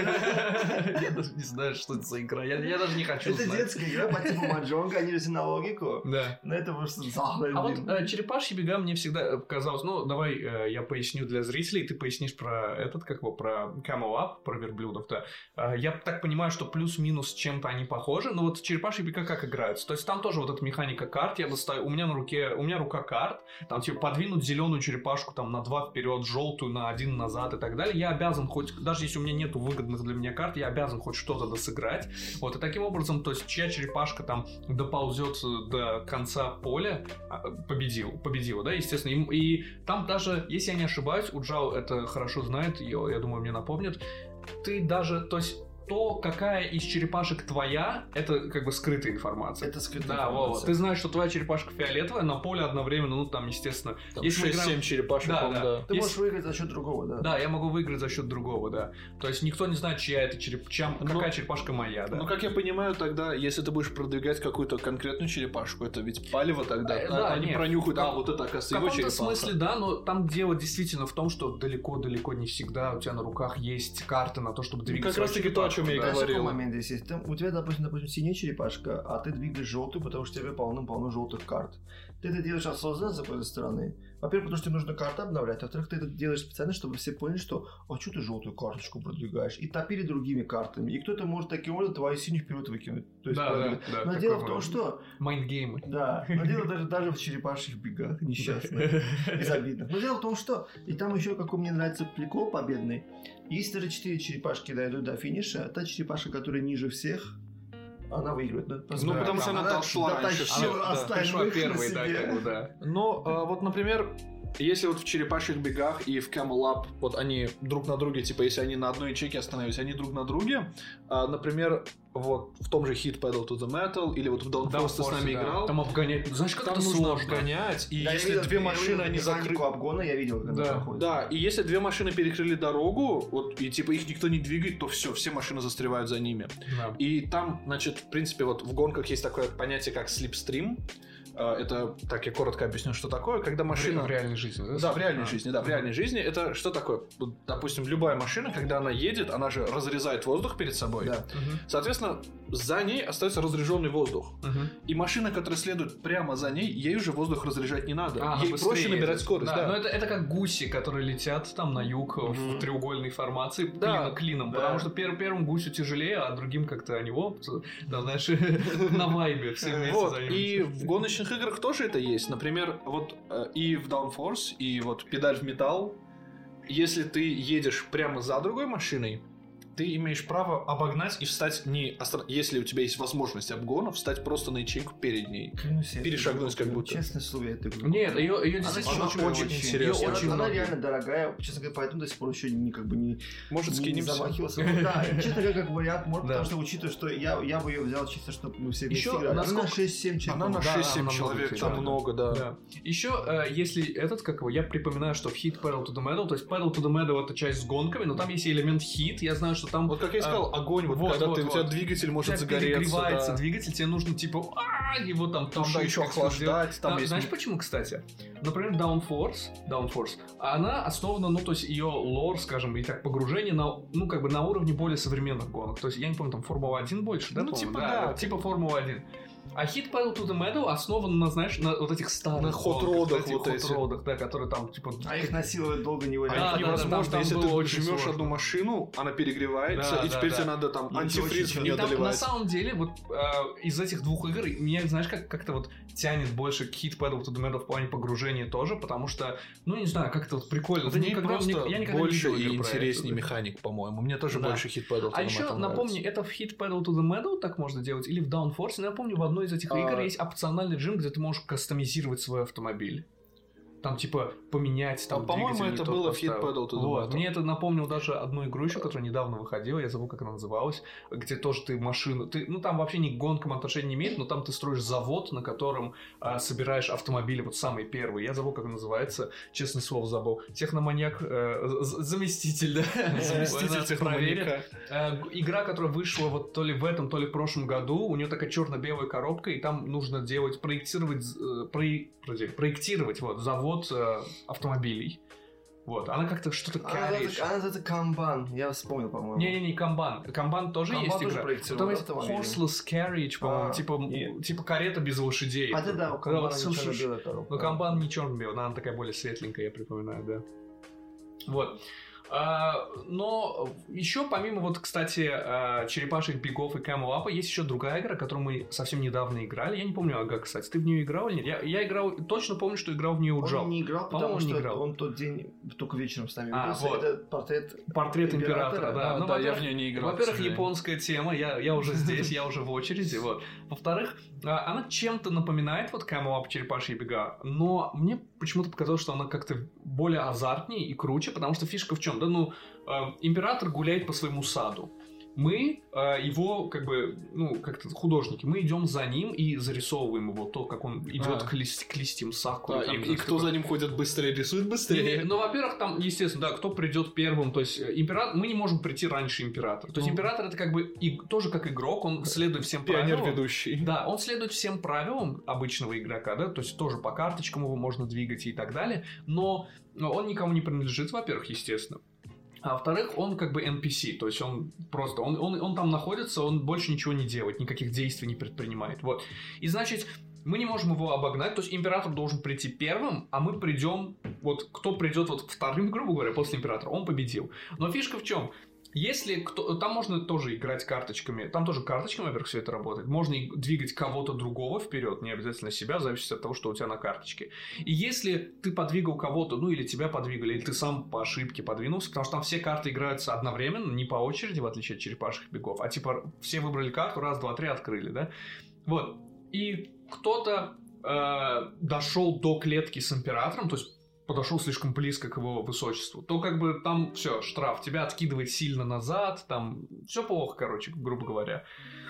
Я даже не знаю, что это за игра, я даже не хочу знать. Это детская игра по типу маджонга, они же на логику. Да. Но это просто Захлендин. А вот черепашьи бега мне всегда казалось... Ну, давай я поясню для зрителей, ты пояснишь про этот, как его, про Camel Up, про верблюдов-то. Я Я так понимаю, что плюс-минус чем-то они похожи, но вот черепашьи бега как играются? То есть там тоже вот эта механика карт, я достаю, у меня на руке, у меня рука карт, там типа подвинуть зеленую черепашку там на два вперед, желтую на один назад и так далее. Я обязан хоть, даже если у меня нету выгодных для меня карт, я обязан хоть что-то досыграть. Вот, и таким образом, то есть чья черепашка там доползет до конца поля, победил, победила, да, естественно. И, и там даже, если я не ошибаюсь, Уджал это хорошо знает, я, я думаю, мне напомнит, ты даже, то есть то, какая из черепашек твоя, это как бы скрытая информация. Это скрытая да, информация. Вова, ты знаешь, что твоя черепашка фиолетовая, на поле одновременно, ну там, естественно... шесть-семь играем... черепашек, да, да. да. Ты Есть... можешь выиграть за счет другого, да? Да, я могу выиграть за счет другого, да. То есть никто не знает, чья это череп... Чья... Но... какая черепашка моя, да. Ну, как я понимаю, тогда, если ты будешь продвигать какую-то конкретную черепашку, это ведь палево тогда. А, а, да, они нет, пронюхают, как... а вот это, оказывается, его черепаха. В каком-то смысле, да, но там дело действительно в том, что далеко-далеко не всегда у тебя на руках есть карты на то, чтобы двигать. Как раз таки то, о чем я и говорил. Здесь есть. Там, у тебя, допустим, допустим, синяя черепашка, а ты двигаешь желтую, потому что у тебя полным-полно желтых карт. Ты это делаешь осознанно с какой-то стороны. Во-первых, потому что тебе нужно карты обновлять. Во-вторых, ты это делаешь специально, чтобы все поняли, что а что ты желтую карточку продвигаешь? И топили другими картами. И кто-то может таким образом твою синюю вперед выкинуть. То есть, да, да, да, но дело в том, что... Майндгеймы. Да, но дело даже, даже в черепашьих бегах несчастных, безобидных. Но дело в том, что... И там еще, какой мне нравится прикол победный. Если даже четыре черепашки дойдут до финиша, та черепашка, которая ниже всех, она выигрывает. Да? Ну, да, потому что она дошла еще первой, да, как бы, да. Ну, а, вот, например, если вот в черепашьих бегах и в Camel Up, вот они друг на друге, типа, если они на одной ячейке остановились, они друг на друге, а, например, вот в том же Hit Pedal to the Metal, или вот в Down Force ты с нами да. играл. Там обгонять, знаешь, как там это нужно сложно обгонять, и да, если видел, две машины, они закрыли... обгона я видел, когда да. проходит. Да, и если две машины перекрыли дорогу, вот, и типа их никто не двигает, то все, все машины застревают за ними. Да. И там, значит, в принципе, вот в гонках есть такое понятие, как слипстрим. Это, так, я коротко объясню, что такое. Когда машина... В реальной жизни, да? Да, в реальной а. жизни, да, в реальной жизни. Это что такое? Допустим, любая машина, когда она едет, она же разрезает воздух перед собой. Да. Угу. Соответственно, за ней остается разряженный воздух. Угу. И машина, которая следует прямо за ней, ей уже воздух разряжать не надо. А, ей проще набирать это. скорость. Да, да. но это, это как гуси, которые летят там на юг угу. в треугольной формации да. клином, клином да. потому что пер, первым гусю тяжелее, а другим как-то они, оп, да, знаешь, на вайбе все вместе за ним. И в гоночных играх тоже это есть. Например, вот и в Downforce, и вот педаль в металл, если ты едешь прямо за другой машиной, ты имеешь право обогнать и встать не... Если у тебя есть возможность обгона, встать просто на ячейку перед ней. Клянусь, перешагнуть как будто. Честное слово, я это говорю. Нет, ее, ее действительно она очень, очень интересная. Ее очень, она много. реально дорогая, честно говоря, поэтому до сих пор еще не, как бы не... Может, скинемся? Не замахивался. Ну, да, честно говоря, как вариант, может, потому что, учитывая, что я, я бы ее взял чисто, чтобы мы все вместе играли. Она на шесть-семь человек. Она на шесть-семь человек, там много, да. Еще, если этот, как его, я припоминаю, что в Hit Pedal to the Metal, то есть Pedal to the Metal это часть с гонками, но там есть элемент Hit, я знаю, что там... Вот как я сказал, огонь, вот, вот когда вот, ты, вот. у тебя двигатель может у тебя загореться. Перегревается да. двигатель, тебе нужно типа его там там да, еще охлаждать. Там да, есть... Знаешь почему, кстати? Например, Downforce, Downforce, она основана, ну то есть ее лор, скажем, и так погружение на, ну как бы на уровне более современных гонок. То есть я не помню, там Формула один больше, да? Ну по-моему? типа да, да. Типа Формула один. А Hit Pedal to the Metal основан на, знаешь, на вот этих старых на хот-родах вот этих хот-родах, да, которые там, типа... А их насиловать долго не вариант. Да, а их да, невозможно, да, там, если там ты очень жмешь сложно. одну машину, она перегревается, Да, и да, теперь да. тебе надо там И антифриз в очень- нее И там, на доливать. самом деле, вот э, из этих двух игр, меня, знаешь, как- как-то вот тянет больше к Hit Pedal to the Metal в плане погружения тоже, потому что, ну, не знаю, как-то вот прикольно. В Ты ней никогда- просто ни- я никогда больше не видел и игр про интереснее это. механик, по-моему. Мне тоже Да. больше Hit Pedal to А the еще Metal напомни, нравится. это в Hit Pedal to the Metal так можно делать, или в Downforce. Я напомню, в одной из этих А. игр есть опциональный режим, где ты можешь кастомизировать свой автомобиль. Там, типа, поменять там А, по-моему, двигатель, не это тот было в Hit поставил. Pedal to the Вот. Metal. Мне это напомнило даже одну игру еще, которая недавно выходила, я забыл, как она называлась, где тоже ты машину... Ты, ну, там вообще ни к гонкам отношения не имеет, но там ты строишь завод, на котором а, собираешь автомобили, вот самые первые. Я забыл, как она называется, честное слово, забыл. Техноманьяк... э, з- заместитель, да? Заместитель Нас техноманьяка. проверит. Э, Игра, которая вышла вот то ли в этом, то ли в прошлом году, у нее такая черно-белая коробка, и там нужно делать, проектировать, э, прои- подожди, проектировать вот, завод э, автомобилей. Вот, она как-то что-то Она carriage. называется- она называется Kanban. Я вспомнил, по-моему. Не-не-не, Kanban. Kanban тоже Kanban есть тоже игра. проектировал Потом есть автомобили. Horseless Carriage, по-моему, А, типа, нет. типа карета без лошадей. Хотя да, у Когда вот Kanban слушаешь- черно-белая коробка. Но Kanban не черно-белая, она такая более светленькая, я припоминаю, да. Вот. А, но еще помимо вот, кстати, а, черепашек бегов и Camel Up есть еще другая игра, которую мы совсем недавно играли. Я не помню, Ага, кстати, ты в нее играл или нет? Я, я играл, точно помню, что играл в нее у Джо. Он не играл, По-моему, потому он не что играл. он тот день только вечером с нами А, виделся. вот. Это портрет Портрет императора, да. А, Ну, да, я во-первых, в нее не играл. к Во-первых, сожалению. японская тема, я, я уже здесь, я уже в очереди, вот. Во-вторых, а, она чем-то напоминает вот Camel Up черепашьи бега, но мне почему-то показалось, что она как-то более азартнее и круче, потому что фишка в чем? Да, ну, э, император гуляет по своему саду. Мы э, его, как бы, ну, как-то художники, мы идем за ним и зарисовываем его, то, как он идет А. к, лист, к листьям сакуры. Да, там, и, не и знаю, кто сколько- за ним ходит быстрее, рисует быстрее. Не, ну, во-первых, там, естественно, да, кто придет первым, то есть император, мы не можем прийти раньше императора. То есть Ну. император это как бы и, тоже как игрок, он следует всем правилам. Пионер-ведущий. Да, он следует всем правилам обычного игрока, да, то есть тоже по карточкам его можно двигать и так далее, но но он никому не принадлежит, во-первых, естественно. А во-вторых, он как бы эн пи си, то есть он просто, он, он, он там находится, он больше ничего не делает, никаких действий не предпринимает, вот. И значит, мы не можем его обогнать, то есть император должен прийти первым, а мы придем, вот кто придет вот вторым, грубо говоря, после императора, он победил. Но фишка в чем? Если кто... Там можно тоже играть карточками. Там тоже карточками, во-первых, все это работает. Можно и двигать кого-то другого вперед, не обязательно себя, зависит от того, что у тебя на карточке. И если ты подвигал кого-то, ну или тебя подвигали, или ты сам по ошибке подвинулся, потому что там все карты играются одновременно, не по очереди, в отличие от черепашьих бегов, а типа все выбрали карту, раз, два, три, открыли, да? Вот. И кто-то э, дошел до клетки с императором, то есть подошел слишком близко к его высочеству, то как бы там все, штраф, тебя откидывает сильно назад, там все плохо, короче, грубо говоря.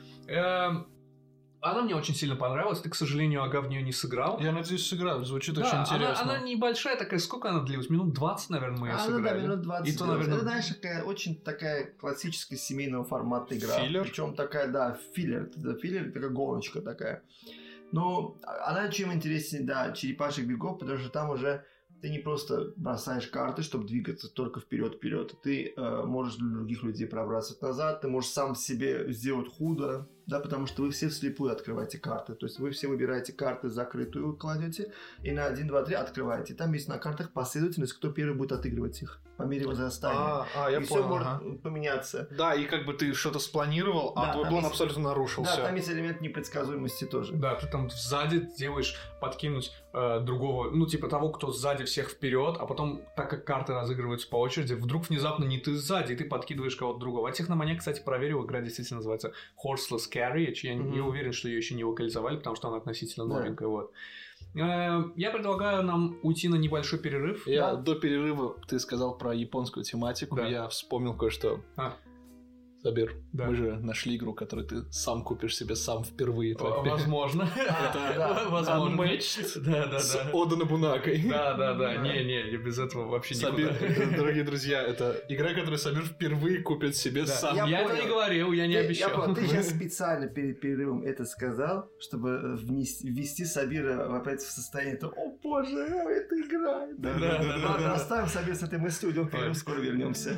Эм, Она мне очень сильно понравилась, ты, к сожалению, Ага, в нее не сыграл. Я надеюсь, сыграю, звучит Да, очень она, интересно. она небольшая такая, сколько она длилась? Минут двадцать, наверное, мы ее А, сыграли. ну да, минут двадцать. И то, делать. наверное, Это, знаешь, такая очень такая классическая семейного формата игра. Филлер? Причем такая, да, филлер. Это филлер, такая гоночка такая. Но она чем интереснее, да, черепашек бегов, потому что там уже ты не просто бросаешь карты, чтобы двигаться только вперед-вперед. Ты э, можешь для других людей пробрасывать назад, ты можешь сам себе сделать худо, да, потому что вы все вслепую открываете карты. То есть вы все выбираете карты закрытую, кладете, и на один, два, три открываете. Там есть на картах последовательность, кто первый будет отыгрывать их по мере возрастания. А, а, я и понял. все ага. может поменяться. Да, и как бы ты что-то спланировал, Да, а твой там план есть- абсолютно нарушился. Да, там есть элемент непредсказуемости тоже. Да, ты там сзади делаешь подкинуть э, другого, ну, типа того, кто сзади всех вперед, а потом, так как карты разыгрываются по очереди, вдруг внезапно не ты сзади, и ты подкидываешь кого-то другого. А Техноманьяк, кстати, проверил, игра действительно называется Horseless Carriage. Я Мгм. не уверен, что ее еще не локализовали, потому что она относительно Да. новенькая, вот. Э, Я предлагаю нам уйти на небольшой перерыв. Я Да. до перерыва ты сказал про японскую тематику, Да. я вспомнил кое-что. А. Сабир, Да. мы же нашли игру, которую ты сам купишь себе сам впервые. Э, Возможно. Да, Возможно. Unmatched Да, да, с да. Ода Нобунагой. Да, да, да. Не-не, я без этого вообще Сабир, никуда. дорогие друзья, это игра, которую Сабир впервые купит себе Да. сам. Я Я этого понял. не говорил, я не Ты- обещал. я понял, ты сейчас специально перед перерывом это сказал, чтобы внести, ввести Сабира опять в состояние того, о боже, это игра. Да, да, да, Ладно, да. оставим Сабир с этой мыслью, уйдем в перерыв, Ой. скоро вернемся.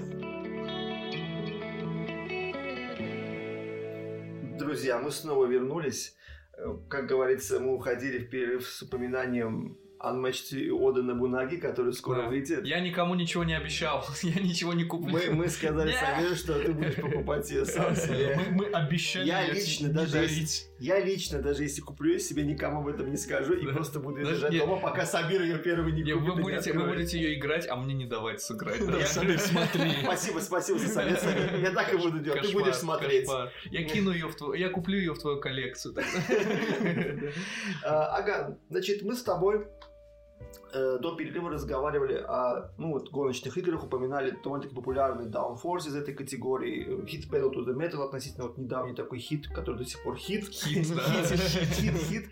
Друзья, мы снова вернулись. как говорится, мы уходили в перерыв с упоминанием Unmatched Ода Нобунаги, который скоро да. выйдет. Я никому ничего не обещал, я ничего не куплю. Мы, мы сказали Сабиру, что ты будешь покупать ее сам себе. Мы, мы обещали я лично, не даже дарить. Если, я лично, даже если куплю ее себе, никому об этом не скажу и да. просто буду ее Даже держать я... дома, пока Сабир ее первый не я, купит. Вы будете, вы будете ее играть, а мне не давать сыграть. Да, Сабир, смотри. Спасибо, спасибо за совет. Я так и буду делать. Ты будешь смотреть. Я кину ее в твою, я куплю ее в твою коллекцию. Ага, значит, мы с тобой до перерыва разговаривали о ну, вот, гоночных играх, упоминали довольно-таки популярный Downforce из этой категории, Hit Pedal to the Metal, относительно вот недавний такой хит, который до сих пор хит. Хит, да. Хит, хит.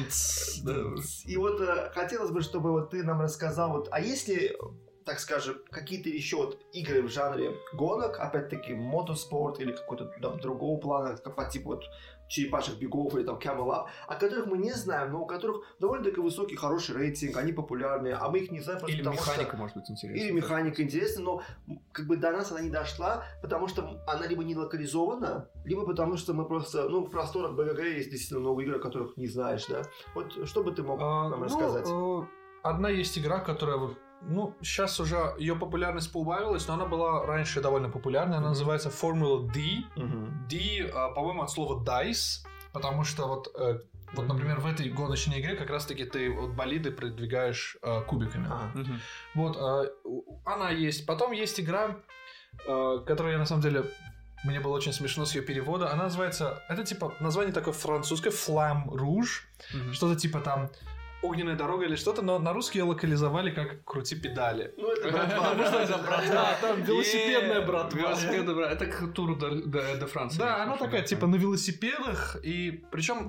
И вот хотелось бы, чтобы вот ты нам рассказал, вот, а если, так скажем, какие-то еще вот игры в жанре гонок, опять-таки мотоспорт или какой-то там другого плана, как по типу вот черепашек бегов или там Camel Up, о которых мы не знаем, но у которых довольно-таки высокий, хороший рейтинг, они популярные, а мы их не знаем просто или потому механика что... может быть интересна. Или механика интересна, но как бы до нас она не дошла, потому что она либо не локализована, либо потому что мы просто, ну, в просторах бэ гэ гэ есть действительно много игр, о которых не знаешь, да? Вот что бы ты мог а, нам ну, рассказать? А, одна есть игра, которая вот ну, сейчас уже ее популярность поубавилась, но она была раньше довольно популярна. Она mm-hmm. называется Formula D. Mm-hmm. D, а, по-моему, от слова dice, потому что вот, э, вот, например, в этой гоночной игре как раз-таки ты вот болиды продвигаешь э, кубиками. Mm-hmm. Вот, э, она есть. Потом есть игра, э, которая, на самом деле, мне было очень смешно с ее перевода. Она называется, это типа название такое французское, Flamme Rouge, mm-hmm. что-то типа там огненная дорога или что-то, но на русский ее локализовали как «Крути педали». Ну, это братва. Ну, что это братва? Там велосипедная братва. Велосипедная братва. Это как тур до Франции. Да, она такая, типа, на велосипедах. И причем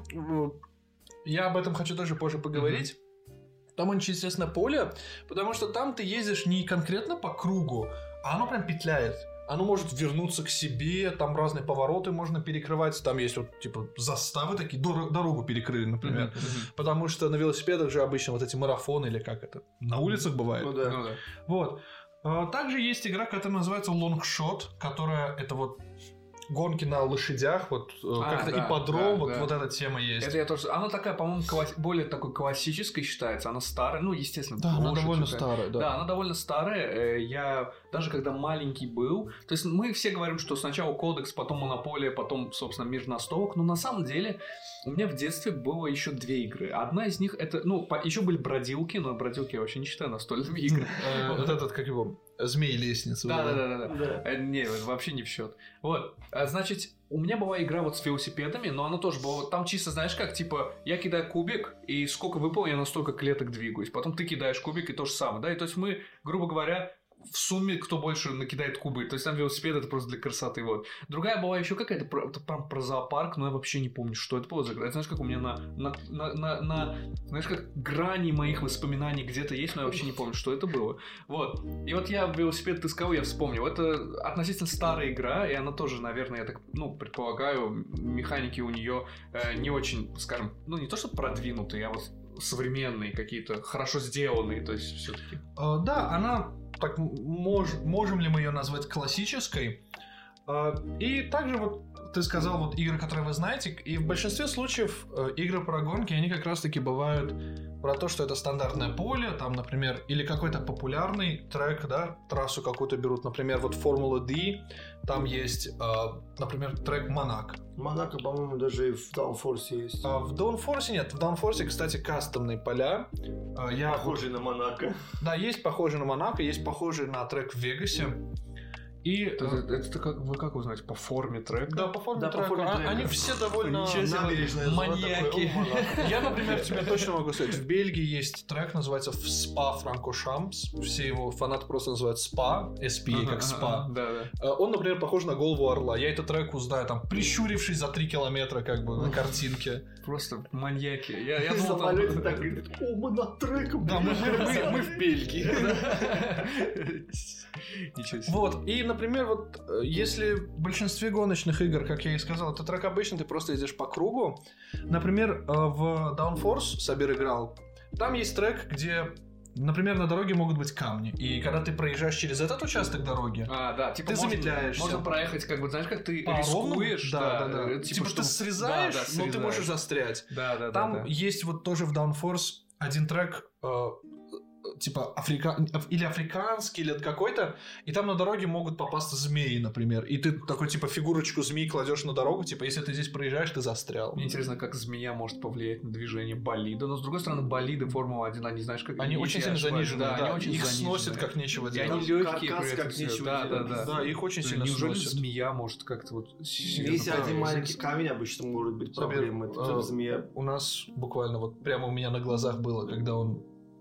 я об этом хочу тоже позже поговорить. Там очень интересное поле, потому что там ты ездишь не конкретно по кругу, а оно прям петляет. Оно может вернуться к себе, там разные повороты можно перекрывать, там есть вот типа заставы такие, дор- дорогу перекрыли, например, mm-hmm. потому что на велосипедах же обычно вот эти марафоны или как это, на улицах бывает. Ну да. Ну, да. Вот. А, также есть игра, которая называется Longshot, которая это вот гонки на лошадях, вот а, как-то да, ипподром, да, вот, да. вот эта тема есть. Это я тоже. Она такая, по-моему, класс... более такой классической считается. Она старая, ну, естественно. Да, она довольно такая. старая, да. Да, она довольно старая. Я даже когда маленький был, то есть мы все говорим, что сначала Кодекс, потом Монополия, потом, собственно, Мир настолок, но на самом деле у меня в детстве было еще две игры. Одна из них это, ну, еще были бродилки, но бродилки я вообще не считаю настольными играми. Вот этот, как его, Змей-лестница. Да-да-да. Нет, вообще не в счет. Вот, значит, у меня была игра вот с велосипедами, но она тоже была, там чисто, знаешь как, типа, я кидаю кубик, и сколько выпало, я на столько клеток двигаюсь. Потом ты кидаешь кубик, и то же самое, да, и то есть мы, грубо говоря, в сумме кто больше накидает кубы. То есть там велосипед это просто для красоты. Вот. Другая была еще какая-то про, прям про зоопарк, но я вообще не помню, что это было за игра. Знаешь, как у меня на, на, на, на, на знаешь, как грани моих воспоминаний где-то есть, но я вообще не помню, что это было. Вот. И вот я велосипед искал, я вспомнил. Это относительно старая игра, и она тоже, наверное, я так, ну, предполагаю, механики у нее э, не очень, скажем, ну, не то что продвинутые, а вот современные какие-то, хорошо сделанные, то есть все-таки. Uh, да, она так мож, можем ли мы ее назвать классической? Uh, и также вот ты сказал вот игры, которые вы знаете, и в большинстве случаев uh, игры про гонки, они как раз-таки бывают про то, что это стандартное поле, там, например, или какой-то популярный трек, да, трассу какую-то берут, например, вот Formula D, там есть, uh, например, трек Монако. Монако, по-моему, даже и в Downforce есть. А в Downforce нет. В Downforce, кстати, кастомные поля. Я... Похожие на Монако. Да, есть похожие на Монако, есть похожие на трек в Вегасе. И это, это, это как, вы как узнаете? По форме трека? Да, по форме да, трека. По форме а, трека. Они все довольно маньяки. Я, например, тебе точно могу сказать, в Бельгии есть трек, называется Spa Francorchamps. Все его фанаты просто называют Spa, эс пи эй, как Spa. Да, да. Он, например, похож на голову орла. Я этот трек узнаю, там, прищурившись за три километра, как бы, на картинке. Просто маньяки. Я, я в думал, самолете так говорит, о, мы над треком. Да, мы, мы, мы в Бельгии. Ничего себе. Вот, и, например, вот если в большинстве гоночных игр, как я и сказал, это трек обычно, ты просто идешь по кругу. Например, в Downforce Сабир играл, там есть трек, где например, на дороге могут быть камни, и когда ты проезжаешь через этот участок дороги, а, да, типа ты можно, замедляешься. Можно проехать, как бы, знаешь, как ты по рискуешь. Ровному? Да, да, да, да. Типа, типа что ты срезаешь, да, да, но срезаешь. ты можешь застрять. Да, да, Там да, да. есть вот тоже в Downforce один трек, э, типа африка... или африканский, или какой-то, и там на дороге могут попасться змеи, например, и ты такой, типа, фигурочку змеи кладешь на дорогу, типа, если ты здесь проезжаешь, ты застрял. Мне интересно, как змея может повлиять на движение болида, но, с другой стороны, болиды Формула один, они, знаешь, как... Они очень сильно занижены, да, да, они очень их занижены. сносят как нечего И делать. они легкие, Каркас при этом как все. нечего Да, да, делать. да. Да, их очень сильно Неужели сносят. змея может как-то вот... Если один маленький камень обычно может быть Сабир, проблемой, это э, змея. У нас буквально вот прямо у меня на глазах было, когда он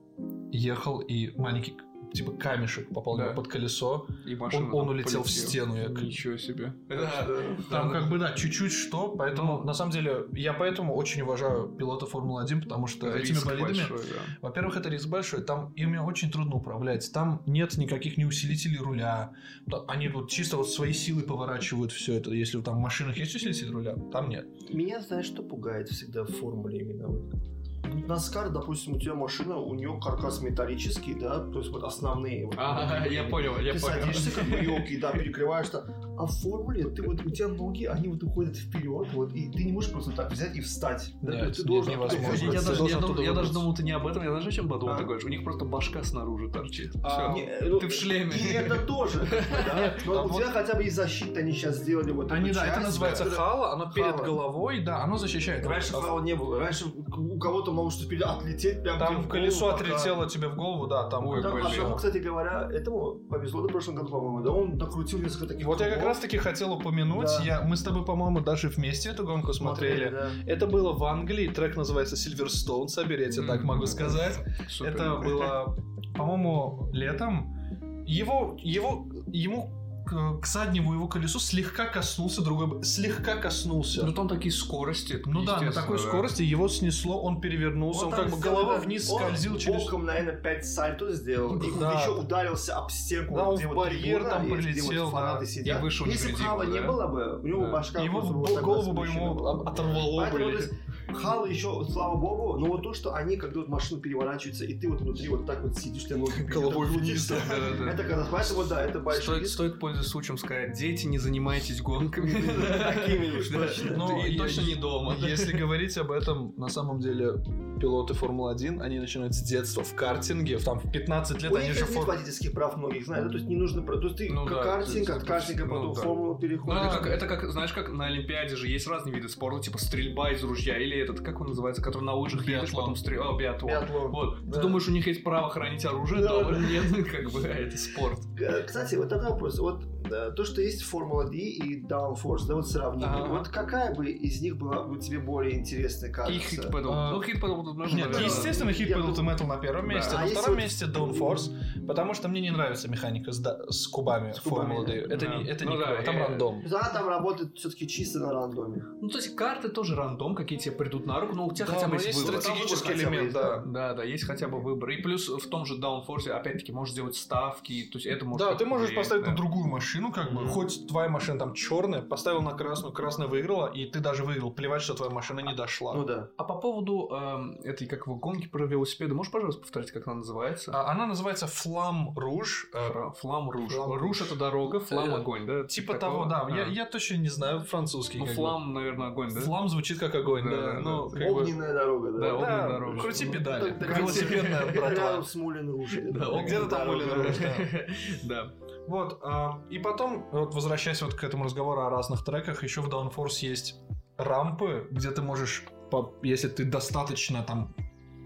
ехал, и маленький, типа, камешек попал Да. ему под колесо, И он, машина он там улетел в полетела. стену. Я... Ничего себе. Да, да. Там Да, как да. бы, да, чуть-чуть что, поэтому, Ну. на самом деле, я поэтому очень уважаю пилота Формулы один, потому что Это этими риск болидами, большой, да. во-первых, это риск большой, там ими очень трудно управлять, там нет никаких ни усилителей руля, та- они вот чисто вот своей силой поворачивают все это, если там в машинах есть усилитель руля, там нет. Меня, знаешь, что пугает всегда в формуле именно вот? Наскар, допустим, у тебя машина, у нее каркас металлический, да, то есть вот основные. Вот, А, вот, я вот, понял, я ты понял. садишься, как бы елки, да, перекрываешь-то. А в формуле ты вот у тебя ноги, они вот уходят вперед, вот, и ты не можешь просто так взять и встать. Да, Нет, то есть ты нет, должен невозможно. оттуда Я, Ты даже, выбраться. я, должен дум- оттуда я даже выбраться. думал, ты не об этом. Я знаешь, о чем подумал? А? Ты говоришь, у них просто башка снаружи торчит. А, Всё. Не, ну, Ты в шлеме. И это тоже, да. Но Там у вот- тебя хотя бы и защита они сейчас сделали вот эту Они, да, это часть, называется которая- хала, оно перед Хала. головой, да, оно защищает. Раньше хала не было. Раньше у кого-то могло что-то вперед отлететь прям тебе Там в колесо голову, пока- отлетело тебе в голову, да, там... Ой, как бы Там, блин. одному, кстати говоря, этому повезло в прошлом году, по-моему, да, он накрутил несколько таких Вот я как кругов. раз таки хотел упомянуть, Да. я, мы с тобой, по-моему, даже вместе эту гонку смотрели. да. Это было в Англии, трек называется Silverstone, Сабир, я тебе так Мгм. могу сказать. Супер. Это было, по-моему, летом. Его, его, ему к, к заднему его колесу слегка коснулся другой, б- слегка коснулся. Ну там такие скорости. Ну да, на естественно, такой да. скорости его снесло, он перевернулся, он, там как бы сделал, голова да, вниз он скользил через... боком, наверное, пять сальто сделал. И Да. еще ударился об стенку. Да, он где в вот барьер трибуна там есть, где прилетел, вот фанаты да. сидят. И вышел Если бы невредимым, Хала да? не было бы, у него Да. башка Его просто бо- была голову бы смещена ему была. об- оторвало, Поэтому, блин. то есть, Хала еще, слава богу, но вот то, что они, когда вот машина переворачивается, и ты вот внутри вот так вот сидишь, ты ноги Головой вперед вниз, крутишься. да, да, да. Это когда, поэтому, да, это большой Стоит, риск. стоит пользоваться случаем сказать, дети, не занимайтесь гонками. Такими уж точно. Ну, И я- точно не дома. Если говорить об этом, на самом деле, пилоты Формулы один, они начинают с детства в картинге, в- там в пятнадцать лет У они них же... нет фор- водительских прав многих, знаешь, да, то есть не нужно... про- То есть ты Ну как да, картинг, то от есть картинга это- потом ну да. формулу Ну, переходишь. это как, это как, знаешь, как на Олимпиаде же есть разные виды спорта, типа стрельба из ружья, или этот, как он называется, который на лыжах едешь, Биатлон. потом стрельба, биатлон. Биатлон. Вот. Да. Ты думаешь, у них есть право хранить оружие? Да, Да, да. нет, как бы, а это спорт. Э, Кстати, вот такой вопрос. Вот э, то, что есть Формула D и Downforce, да, вот сравнение. Ага. Вот какая бы из них была бы тебе более интересная И кажется? хит pedal. А, Ну, хит pedal тут нужно, Нет, наверное, естественно, Hit Я Pedal to думаю- Metal на первом Да. месте, А на если втором вот- месте Downforce, потому что мне не нравится механика с, да- с кубами С кубами, Формулы D. да. Это Да. не, это Ну не да, клево, там я- рандом. Да, там работает все-таки чисто на рандоме. Ну, то есть карты тоже рандом, какие тебе придут на руку, но у тебя Да, хотя бы но есть есть выбор. стратегический Там выбор хотя бы элемент, есть, да. Да, да, есть хотя бы выбор. И плюс в том же Downforce, опять-таки, можешь делать ставки, то есть это может... Да, ты можешь влиять, поставить да. на другую машину, как бы, Мгм. хоть твоя машина там черная, поставил на красную, красная выиграла, и ты даже выиграл, плевать, что твоя машина не дошла. Ну да. А по поводу эм, этой, как его, гонки про велосипеды, можешь, пожалуйста, повторить, как она называется? А, Она называется Флам Руж. э, Фра- Флам Руж. Флам Руж это дорога, флам Э, огонь, да? Типа Такого? того, да. А. Я, я точно не знаю французский. Ну, как бы. флам, наверное, огонь, да? Флам звучит как огонь, Да, да. да, ну, да. как бы- Огненная дорога, да. Да, Да, огненная дорога. крути Ну, педали. так- Как велосипедная братва. Рядом с Мулен Руж. Да, Ну, где-то там Дорога. Мулен Руж, да. Да. Вот, а, и потом, вот возвращаясь вот к этому разговору о разных треках, еще в Downforce есть рампы, где ты можешь, по- если ты достаточно там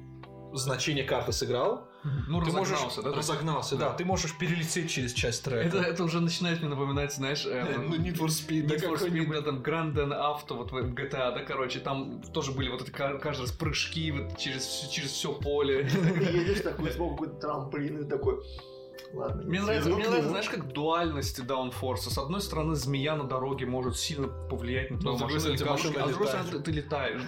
значение карты сыграл, Ну, ты можешь разогнался, да? разогнался, да. Да. ты можешь перелететь через часть трека. Это, это уже начинает мне напоминать, знаешь, э, Ну, Need for Speed, да, Need for Speed, какой-нибудь. да, там Grand Theft Auto, вот в джи ти эй, да, короче, там тоже были вот эти ка- каждый раз прыжки вот через, всё- через все поле. Ты едешь такой, сбоку какой-то трамплин и такой... Ладно. Мне я нравится, сверну мне к нравится, нему. знаешь, как дуальность Downforce. С одной стороны, змея на дороге может сильно повлиять на твою с другой машину, стороны, камушки, машина а с другой летает. стороны, ты, ты летаешь,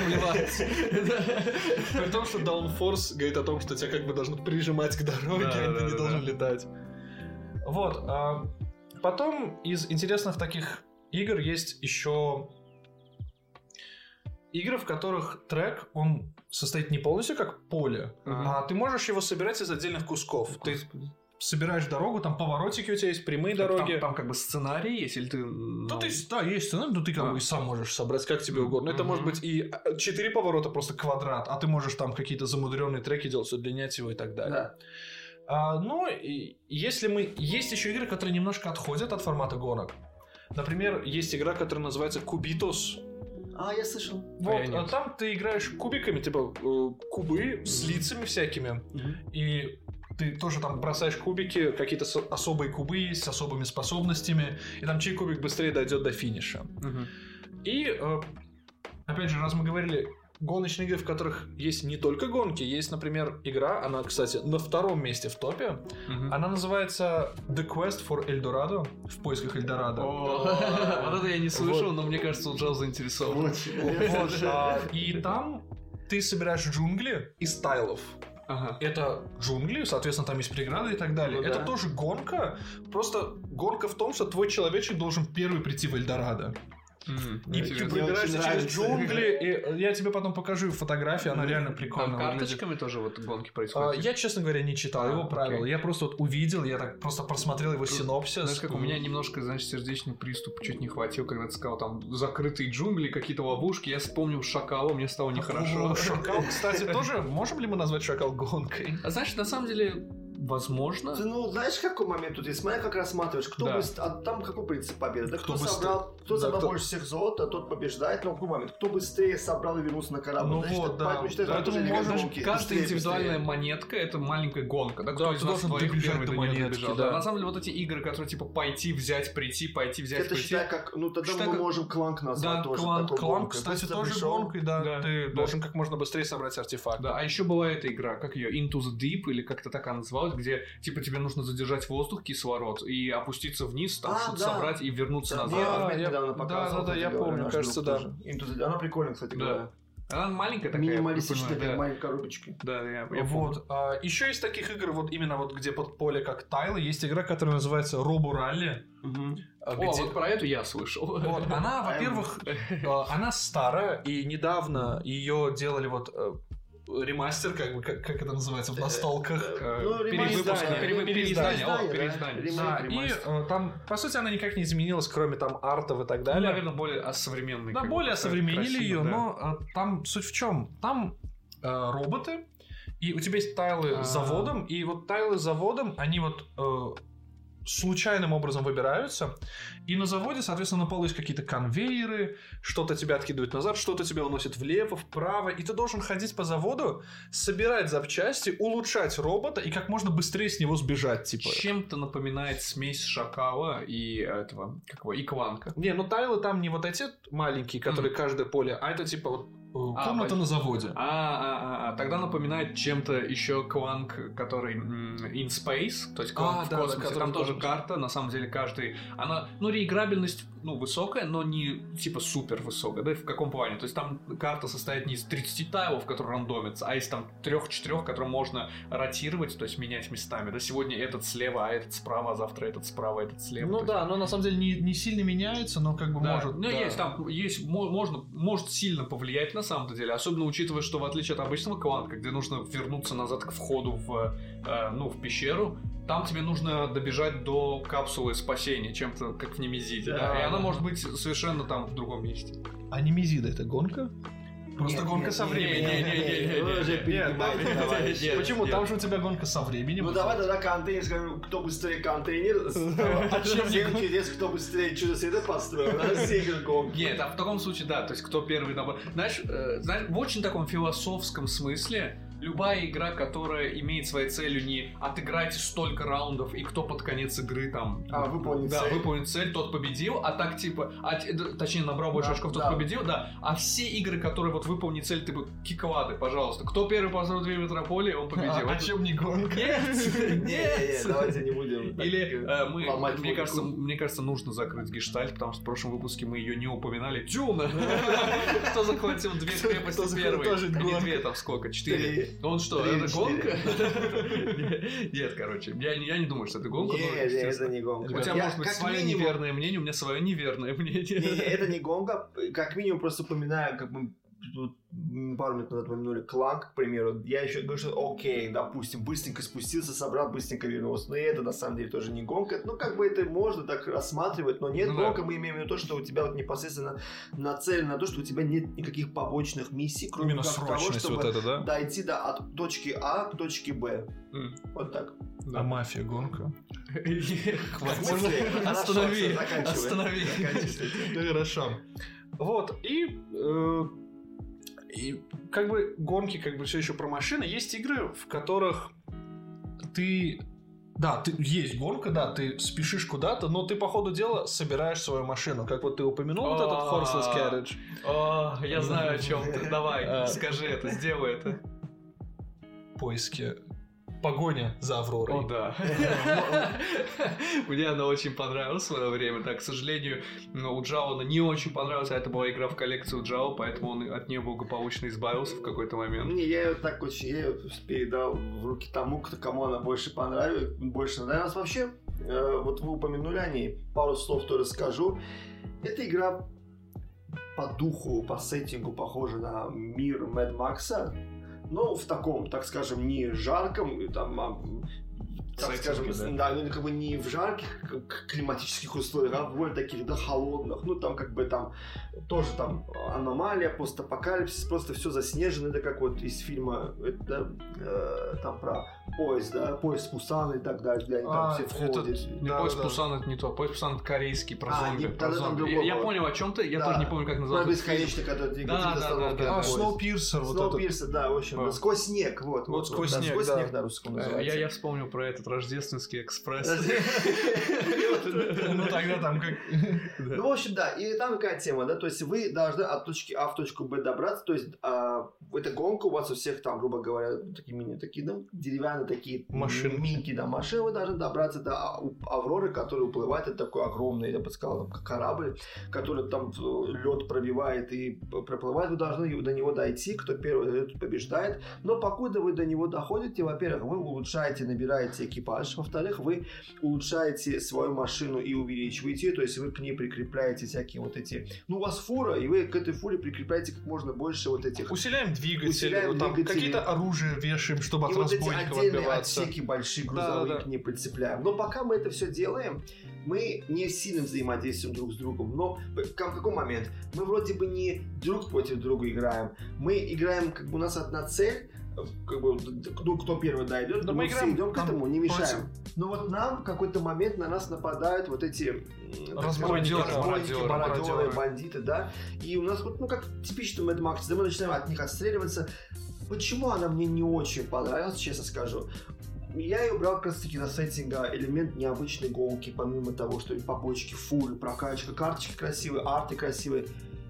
да, плевать. При том, что Downforce говорит о том, что тебя как бы должны прижимать к дороге, Да, а ты да, не да, должен да. летать. Вот. а Потом из интересных таких игр есть еще игры, в которых трек, он состоит не полностью как поле, uh-huh. а ты можешь его собирать из отдельных кусков. Ты собираешь дорогу, там поворотики у тебя есть, прямые так дороги. Там, там как бы сценарий есть, или ты... Ну, ну ты, да, есть сценарий, но ты как а. бы и сам можешь собрать как тебе угодно. Это uh-huh. может быть и четыре поворота, просто квадрат, а ты можешь там какие-то замудренные треки делать, удлинять его и так далее. Да. А, ну, и если мы... Есть еще игры, которые немножко отходят от формата гонок. Например, есть игра, которая называется Кубитос. А, я слышал. Вот, а а там ты играешь кубиками, типа э, кубы с лицами всякими. Mm-hmm. И ты тоже там бросаешь кубики, какие-то со- особые кубы с особыми способностями. И там чей кубик быстрее дойдет до финиша. Mm-hmm. И, э, опять же, раз мы говорили... Гоночные игры, в которых есть не только гонки, есть, например, игра, она, кстати, на втором месте в топе. Mm-hmm. Она называется The Quest for Eldorado, в поисках Эльдорадо. Вот это я не слышал, но мне кажется, Уджал заинтересован. И там ты собираешь джунгли из тайлов. Ага. Это джунгли, соответственно, там есть преграды и так далее. Ну, это да. тоже гонка, просто гонка в том, что твой человечек должен первый прийти в Эльдорадо. Mm, и ты пробираешься через джунгли, и я тебе потом покажу фотографию, она реально прикольная. Там карточками выглядит. Тоже вот гонки происходят? А, я, честно говоря, не читал а, его правила. Okay. Я просто вот увидел, я так просто просмотрел его синопсис. Знаешь, как у меня немножко, значит, сердечный приступ чуть не хватил, когда ты сказал, там, закрытые джунгли, какие-то ловушки. Я вспомнил Шакала, мне стало нехорошо. Шакал, кстати, тоже, можем ли мы назвать Шакал гонкой? А знаешь, на самом деле... Возможно. Ты, ну, знаешь, какой момент тут есть? Смотри, как рассматриваешь, кто да. быстр... а там какой принцип победы? Да, кто, кто собрал, кто да, собрал кто... больше всех золота, тот побеждает, но какой момент? Кто быстрее собрал и вернулся на корабль? Ну значит, вот, да. Поэтому, считаю, да, поэтому можно... Каждая индивидуальная быстрее. Монетка — это маленькая гонка. Да, кто да, из нас двоих первый до монетки, добежал. Да. Да. На самом деле, вот эти игры, которые типа пойти, взять, прийти, пойти, взять, это прийти. Это считай как... Ну, тогда считай, мы как... можем кланк назвать да, тоже. Кланк, кланк кстати, тоже пришел. Гонкой, да. да. Ты да. должен как можно быстрее собрать артефакт. Да, а еще была эта игра, как ее, Into the Deep, или как-то так она называлась, где типа тебе нужно задержать воздух, кислород, и опуститься вниз, там а, что-то да. собрать и вернуться да, назад. Да, я недавно показывал. Да, да, да, я помню, кажется, да. Она прикольная, кстати, да. говоря. Она маленькая такая. Минималистичная, да. маленькая коробочка. Да, я, я вот. А, еще из таких игр, вот именно вот где под поле как тайлы, есть игра, которая называется Робо Ралли. Угу. О, где... вот про эту я слышал. Вот. Она, во-первых, она старая, и недавно ее делали вот... ремастер, как бы, как, как это называется в настолках? Ну, переиздание. Переиздание. О, переиздание. Да, и э, там, по сути, она никак не изменилась, кроме там артов и так далее. Ну, наверное, более осовременной. Да, более осовременили ее, да. но э, там суть в чем? Там э, роботы, и у тебя есть тайлы А-а-а. с заводом, и вот тайлы с заводом, они вот... Э, случайным образом выбираются, и на заводе, соответственно, на полу есть какие-то конвейеры, что-то тебя откидывает назад, что-то тебя уносит влево, вправо, и ты должен ходить по заводу, собирать запчасти, улучшать робота и как можно быстрее с него сбежать, типа. Чем-то напоминает смесь Шакала и этого, какого, и Кланка. Не, ну тайлы там не вот эти маленькие, которые mm-hmm. каждое поле, а это типа вот комната а, на заводе. А, а, а, а, тогда напоминает чем-то еще Кланк, который in space, то есть Кланк а, в да, космосе. Да, там тоже карта, на самом деле каждый, она, ну, реиграбельность, ну, высокая, но не типа супер высокая, да, в каком плане? То есть там карта состоит не из тридцати тайлов, которые рандомятся, а из там трех-четырех, которые можно ротировать, то есть менять местами, да, сегодня этот слева, а этот справа, а завтра этот справа, этот слева. Ну да, есть... но на самом деле не, не сильно меняется, но как бы да. может. Ну, да. есть, там, есть, можно, может сильно повлиять на самом-то деле, особенно учитывая, что в отличие от обычного кланка, где нужно вернуться назад к входу в, э, ну, в пещеру, там тебе нужно добежать до капсулы спасения, чем-то как в Немезиде, да, да? И она может быть совершенно там в другом месте. А Немезида — это гонка? Просто нет, гонка нет, со временем. Не-не-не. Почему? Там же у тебя гонка со временем. Ну давай тогда контейнер, скажем, кто быстрее контейнер. А чем интересно, кто быстрее чудо-света построил? Нет, а в таком случае, да, то есть кто первый набор. Знаешь, в очень таком философском смысле, любая игра, которая имеет своей целью не отыграйте столько раундов, и кто под конец игры там... А, выполнит да, цель. Да, выполнит цель, тот победил, а так типа... А, точнее, набрал больше да, очков, тот да. победил, да. А все игры, которые вот выполнили цель, ты бы киклады, пожалуйста. Кто первый построил две метрополии, он победил. А, а чем не гонка? Нет! Нет! Давайте не будем... Или мы... Мне кажется, мне кажется, нужно закрыть гештальт, потому что в прошлом выпуске мы ее не упоминали. Тюна! Кто захватил две крепости первой? Не две, там сколько? Четыре. Он что, три, это гонка? Нет, короче, я, я не думаю, что это гонка. Нет, но, это не гонка. У тебя я, может быть свое минимум... неверное мнение, у меня свое неверное мнение. Не, это не гонка, как минимум просто упоминаю, как бы пару минут назад упомянули Кланк, к примеру. Я еще говорю, что окей, допустим, быстренько спустился, собрал, быстренько вернулся. Но это на самом деле тоже не гонка. Ну, как бы это можно так рассматривать, но нет, ну, гонка, да. Мы имеем в виду то, что у тебя вот непосредственно нацелено на то, что у тебя нет никаких побочных миссий, кроме именно как того, чтобы вот это, да? дойти до, от точки А к точке Б. Mm. Вот так. Да. А мафия гонка? Хватит. Останови. Останови. Хорошо. Вот, и, э, и как бы гонки, как бы все еще про машины. Есть игры, в которых ты... Да, ты, есть гонка, да, ты спешишь куда-то, но ты по ходу дела собираешь свою машину. Как вот ты упомянул вот этот Horseless Carriage. О, я знаю, о чем ты. Давай, скажи это, сделай это. Поиски... Погоня за Авророй. О, да. Мне она очень понравилась в свое время. Так, к сожалению, у Джао она не очень понравилась, а это была игра в коллекцию Джао, поэтому он от нее благополучно избавился в какой-то момент. Не, я ее так очень, я ее передал в руки тому, кто, кому она больше понравилась, больше нравилась. Вообще, э, вот вы упомянули о ней, пару слов тоже скажу. Эта игра по духу, по сеттингу похожа на мир Мэд Макса, но в таком, так скажем, не жарком, там, а, так Сеттинги, скажем, да. да, ну, как бы не в жарких климатических условиях, а в более таких, да, холодных. Ну, там, как бы, там, тоже там аномалия, постапокалипсис, просто все заснежено. Это как вот из фильма, это, э, там, про поезд, да, поезд Пусан и так далее, где они там а, все входят. Это... Не, да, поезд да. Пусан это не то, поезд Пусан это корейский, про А, зомби. не, Про зомби. другого. Я, я понял о чем ты, я да. тоже не помню, как называется. Про бесконечно, когда ты да, да, да, да. А, Сноупирсер, вот это. Сноупирсер, да, в общем, А. да, сквозь снег, вот. Вот сквозь да, снег, сквозь да. снег на русском называется. Я, я вспомнил про этот рождественский экспресс. Ну тогда там как... Ну, в общем, да, и там какая тема, да, то есть вы должны от точки А в точку Б добраться, то есть эта гонка у вас у всех там, грубо говоря, такие мини, такие, ну, деревянные такие машины, минки, да, машины, вы должны добраться до Авроры, которая уплывает, это такой огромный, я бы сказал, корабль, который там лед пробивает и проплывает, вы должны до него дойти, кто первый дойдет, побеждает, но покуда вы до него доходите, во-первых, вы улучшаете, набираете экипаж, во-вторых, вы улучшаете свою машину и увеличиваете ее, то есть вы к ней прикрепляете всякие вот эти, ну, у вас фура, и вы к этой фуре прикрепляете как можно больше вот этих... Усиляем двигатель, Усиляем вот там двигатели. Какие-то оружия вешаем, чтобы и от вот эти разбойников отдельные отбиваться. отсеки большие грузовые, да, да. к ней прицепляем. Но пока мы это все делаем, мы не сильно взаимодействуем друг с другом. Но в какой момент? Мы вроде бы не друг против друга играем. Мы играем, как бы у нас одна цель, как бы, ну, кто первый дойдет, да, мы, мы все играем, идем к этому, не мешаем. против. Но вот нам в какой-то момент на нас нападают вот эти разбойники, разбойники, мародеры, бандиты, да. И у нас вот, ну, как типично Mad Max, да, мы начинаем от них отстреливаться. Почему она мне не очень понравилась, честно скажу. Я ее брал как раз таки на сеттинга элемент необычной гонки, помимо того, что побочки, фуры, прокачка, карточки красивые, арты красивые.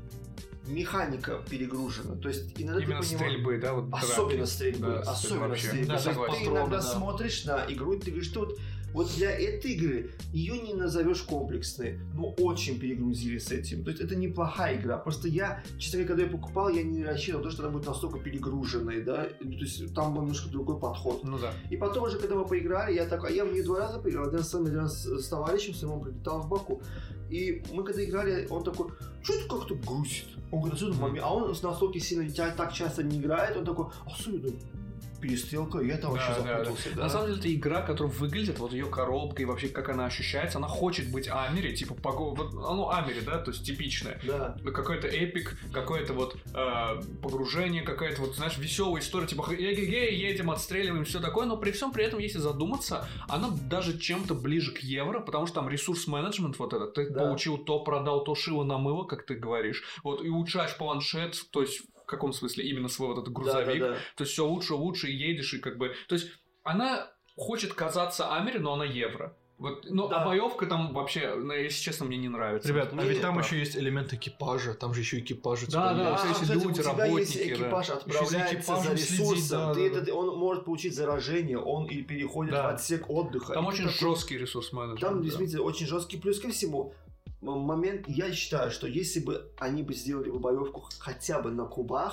Механика перегружена. То есть иногда именно ты понимаешь, стрельбы, да? Вот особенно драки. стрельбы. Да, особенно вообще. стрельбы. Да, То есть согласен. ты иногда да. смотришь на игру, и ты говоришь, что вот, вот для этой игры ее не назовешь комплексной, но очень перегрузили с этим. То есть это неплохая игра. Просто я, честно говоря, когда я покупал, я не рассчитывал, то, что она будет настолько перегруженной, да. То есть там был немножко другой подход. Ну да. И потом уже, когда мы поиграли, я такой, а я в нее два раза поиграл, один раз с, один раз с товарищем своим, он прилетал в Баку. И мы когда играли, он такой, что это как-то грузит? Он говорит, отсюда маме. А он настолько сильно так часто не играет, он такой, а отсюда перестрелка, я там вообще да, запутался. Да, да. На самом деле, это игра, которая выглядит, вот ее коробка и вообще как она ощущается, она хочет быть Амери, типа, вот, ну, Амери, да, то есть типичная. Да. Какой-то эпик, какое-то вот э, погружение, какая-то вот, знаешь, веселая история, типа, эй-эй-эй, едем, отстреливаем, все такое, но при всем при этом, если задуматься, она даже чем-то ближе к евро, потому что там ресурс-менеджмент вот этот, ты Да. получил то, продал, то шило на мыло, как ты говоришь, вот, и улучшаешь планшет, то есть в каком смысле именно свой вот этот грузовик, Да, да, да. то есть все лучше, лучше, и едешь, и как бы, то есть она хочет казаться Амери, но она евро. Вот, но Да. а боевка там вообще, ну, если честно, мне не нравится. Ребят, а Мне ведь там прав. еще есть элемент экипажа, там же еще экипажи. Да, типа, да, есть. все эти кстати, люди, у тебя работники, если экипаж да. отправляется Еще за экипажем за следить, ресурсом, да, ты да, это, он может получить заражение, он и переходит Да. в отсек отдыха. Там И очень ты такой- жесткий ресурс-менеджмент. Там да. действительно очень жесткий. Плюс ко всему, м- момент, я считаю, что если бы они бы сделали бы боевку хотя бы на кубах,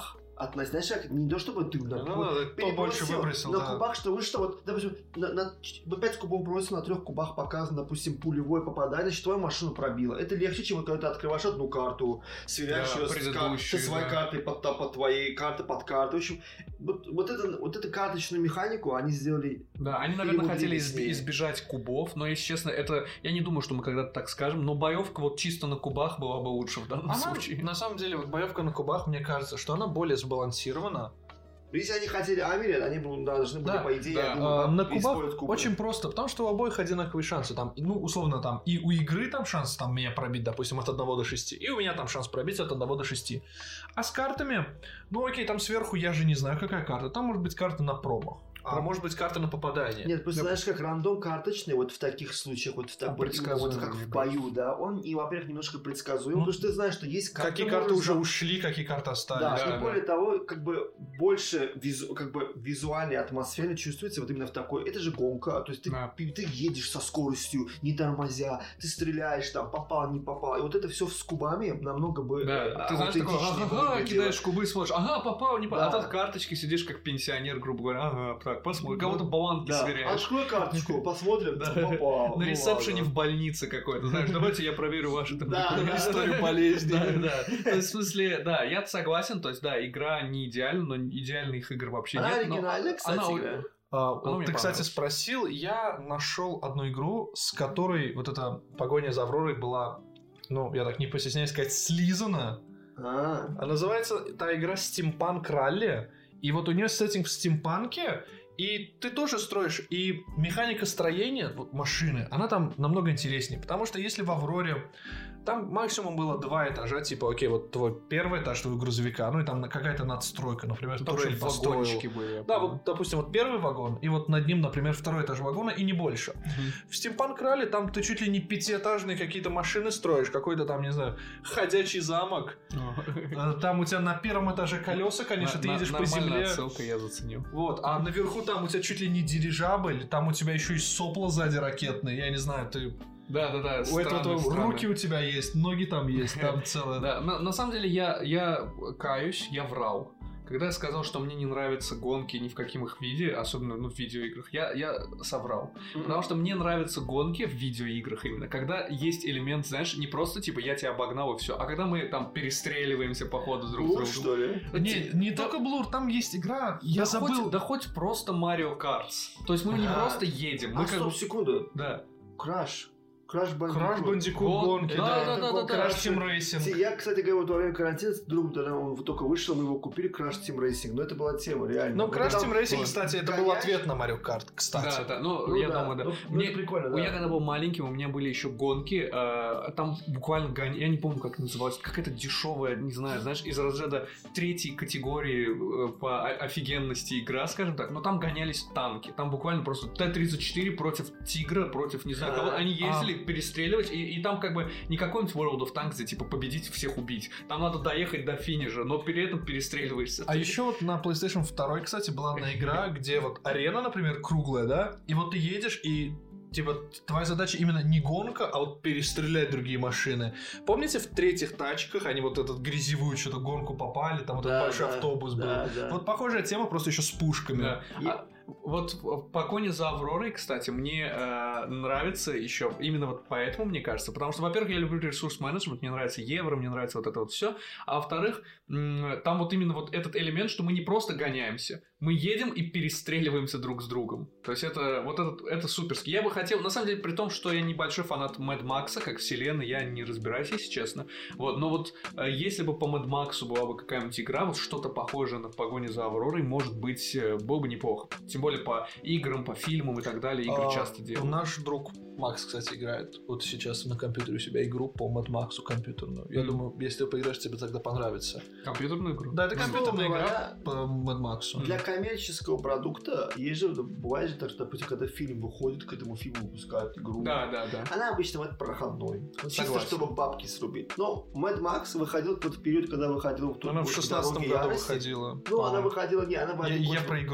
относить, знаешь, как не то, чтобы ты на, ну, вот, кто больше выбросил, на да. кубах, что вы что, вот, допустим, на, на пять кубов бросил, на трех кубах показано, допустим, пулевое попадание, значит, твою машину пробило. Это легче, чем когда ты открываешь одну карту, сверяешь да, ее с, кар- со своей да. картой под, под твоей картой под картой. В общем, вот, вот, это, вот эту карточную механику они сделали. Да, они, наверное, хотели изби- избежать кубов, но, если честно, это, я не думаю, что мы когда-то так скажем, но боевка вот чисто на кубах была бы лучше в данном она, случае. На самом деле, вот боевка на кубах, мне кажется, что она более сбалансирована. Если они хотели Амири, они бы должны были, да, по идее, да. думаю, а, на кубах использовать кубы. очень просто, потому что у обоих одинаковые шансы. Там, ну, условно, там и у игры там шанс там, меня пробить, допустим, от одного до шести, и у меня там шанс пробить от одного до шести. А с картами, ну окей, там сверху я же не знаю, какая карта. Там может быть карта на промах. А может быть карта на попадание. Нет, просто да. знаешь, как рандом карточный, вот в таких случаях, вот в так, вот, вот как в бою, да, он, и, во-первых, немножко предсказуем, ну, потому что ты знаешь, что есть карты. Какие карты уже ушли, какие карты остались. Да, да, и да. более того, как бы больше визу, как бы визуальной атмосферы чувствуется вот именно в такой, это же гонка, то есть ты, да. ты, ты едешь со скоростью, не тормозя, ты стреляешь там, попал, не попал, и вот это все с кубами намного бы Да, ты знаешь, такой, ага, кидаешь кубы, смотришь, ага, попал, не попал, да. А тут карточки сидишь как пенсионер, грубо говоря, ага, так, посмотрим, кого-то баланки да. сверяешь. Открой карточку, посмотрим, да. попал. На ну, ресепшене ладно. в больнице какой-то, знаешь, давайте я проверю вашу историю болезни. Да, да. То есть, в смысле, да, я согласен, то есть, да, игра не идеальна, но идеальных игр вообще она нет. Оригинальная, кстати, она... игра. А, вот ты, кстати, спросил, я нашел одну игру, с которой вот эта погоня за Авророй была, ну, я так не постесняюсь сказать, слизана. А, а называется та игра Steampunk Rally. И вот у нее сеттинг в стимпанке, и ты тоже строишь, и механика строения вот, машины, она там намного интереснее, потому что если в Авроре там максимум было два этажа, типа, окей, вот твой первый этаж твоего грузовика, ну и там какая-то надстройка, например, там турель построил. Вагончики были. Да, вот, допустим, вот первый вагон, и вот над ним, например, второй этаж вагона, и не больше. Mm-hmm. В Steampunk Rally там ты чуть ли не пятиэтажные какие-то машины строишь, какой-то там, не знаю, ходячий замок. Oh. Там у тебя на первом этаже колеса, конечно, на, ты едешь по земле. Отсылка, я заценил. Вот, а наверху там у тебя чуть ли не дирижабль, там у тебя еще и сопла сзади ракетные, я не знаю, ты... Да, да, да. У этого руки у тебя есть, ноги там есть, там целое. Да, на, на самом деле я, я каюсь, я врал. Когда я сказал, что мне не нравятся гонки ни в каким их виде, особенно ну, в видеоиграх, я, я соврал. Mm-hmm. Потому что мне нравятся гонки в видеоиграх именно, когда есть элемент, знаешь, не просто типа я тебя обогнал и все, а когда мы там перестреливаемся по ходу друг с другом. Что ли? Не, не да, только Blur, там есть игра, я да забыл. Хоть, да хоть просто Mario Kart. То есть мы а, не просто едем. Мы а, как стоп, бы... секунду. Да. Краш. Краш Бандикут. Краш Бандикут гонки, да, да, да, да, Краш Тим Рейсинг. Я, кстати говоря, вот во время карантина друг, когда он только вышел, мы его купили, Краш Тим Рейсинг. Но это была тема, реально. Ну, Краш Тим Рейсинг, кстати, это был ответ на Mario Kart, кстати. Да, да, ну, ну я да. думаю, да. Ну, мне, прикольно, да. Я когда был маленьким, у меня были еще гонки, э, там буквально гон... я не помню, как это называлось, какая-то дешевая, не знаю, знаешь, из разряда третьей категории э, по офигенности игра, скажем так, но там гонялись танки. Там буквально просто Т тридцать четыре против Тигра, против, не знаю, кого. Они ездили а. перестреливать, и И, и там как бы не какой-нибудь World of Tanks, где типа победить, всех убить. Там надо доехать до финиша, но при этом перестреливаешься. А еще вот на PlayStation два, кстати, была одна игра, где вот арена, например, круглая, да? И вот ты едешь, и типа твоя задача именно не гонка, а вот перестрелять другие машины. Помните, в третьих тачках они вот этот грязевую что-то гонку попали, там вот да, этот большой да, автобус был. Да, да. Вот похожая тема, просто еще с пушками. Да. И... А... Вот в «Погоне за Авророй», кстати, мне э, нравится еще именно вот поэтому, мне кажется, потому что, во-первых, я люблю ресурс-менеджмент, мне нравится евро, мне нравится вот это вот все, а во-вторых, м- там вот именно вот этот элемент, что мы не просто гоняемся, мы едем и перестреливаемся друг с другом. То есть это вот этот, это суперски. Я бы хотел, на самом деле, при том, что я небольшой фанат Мэд Макса, как вселенной, я не разбираюсь, если честно. Вот, но вот э, если бы по Мэд Максу была бы какая-нибудь игра, вот что-то похожее на «Погоне за Авророй», может быть, э, было бы неплохо. Тем более по играм, по фильмам и так далее, игры а, часто делают. Наш друг Макс, кстати, играет вот сейчас на компьютере у себя игру по Мэд Максу компьютерную. Я mm. думаю, если ты поиграешь, тебе тогда понравится. Компьютерную игру? Да, это компьютерная ну, игра по Мэд Максу. Для коммерческого продукта есть же, бывает же так, что, допустим, когда фильм выходит, к этому фильму выпускают игру. Да, да, да. Она обычно вот проходной. Чисто, Согласен. Чтобы бабки срубить. Но Мэд Макс выходил в тот период, когда выходил в тот Она в шестнадцатом году выходила. Ну, она выходила, не, она я, я про игру.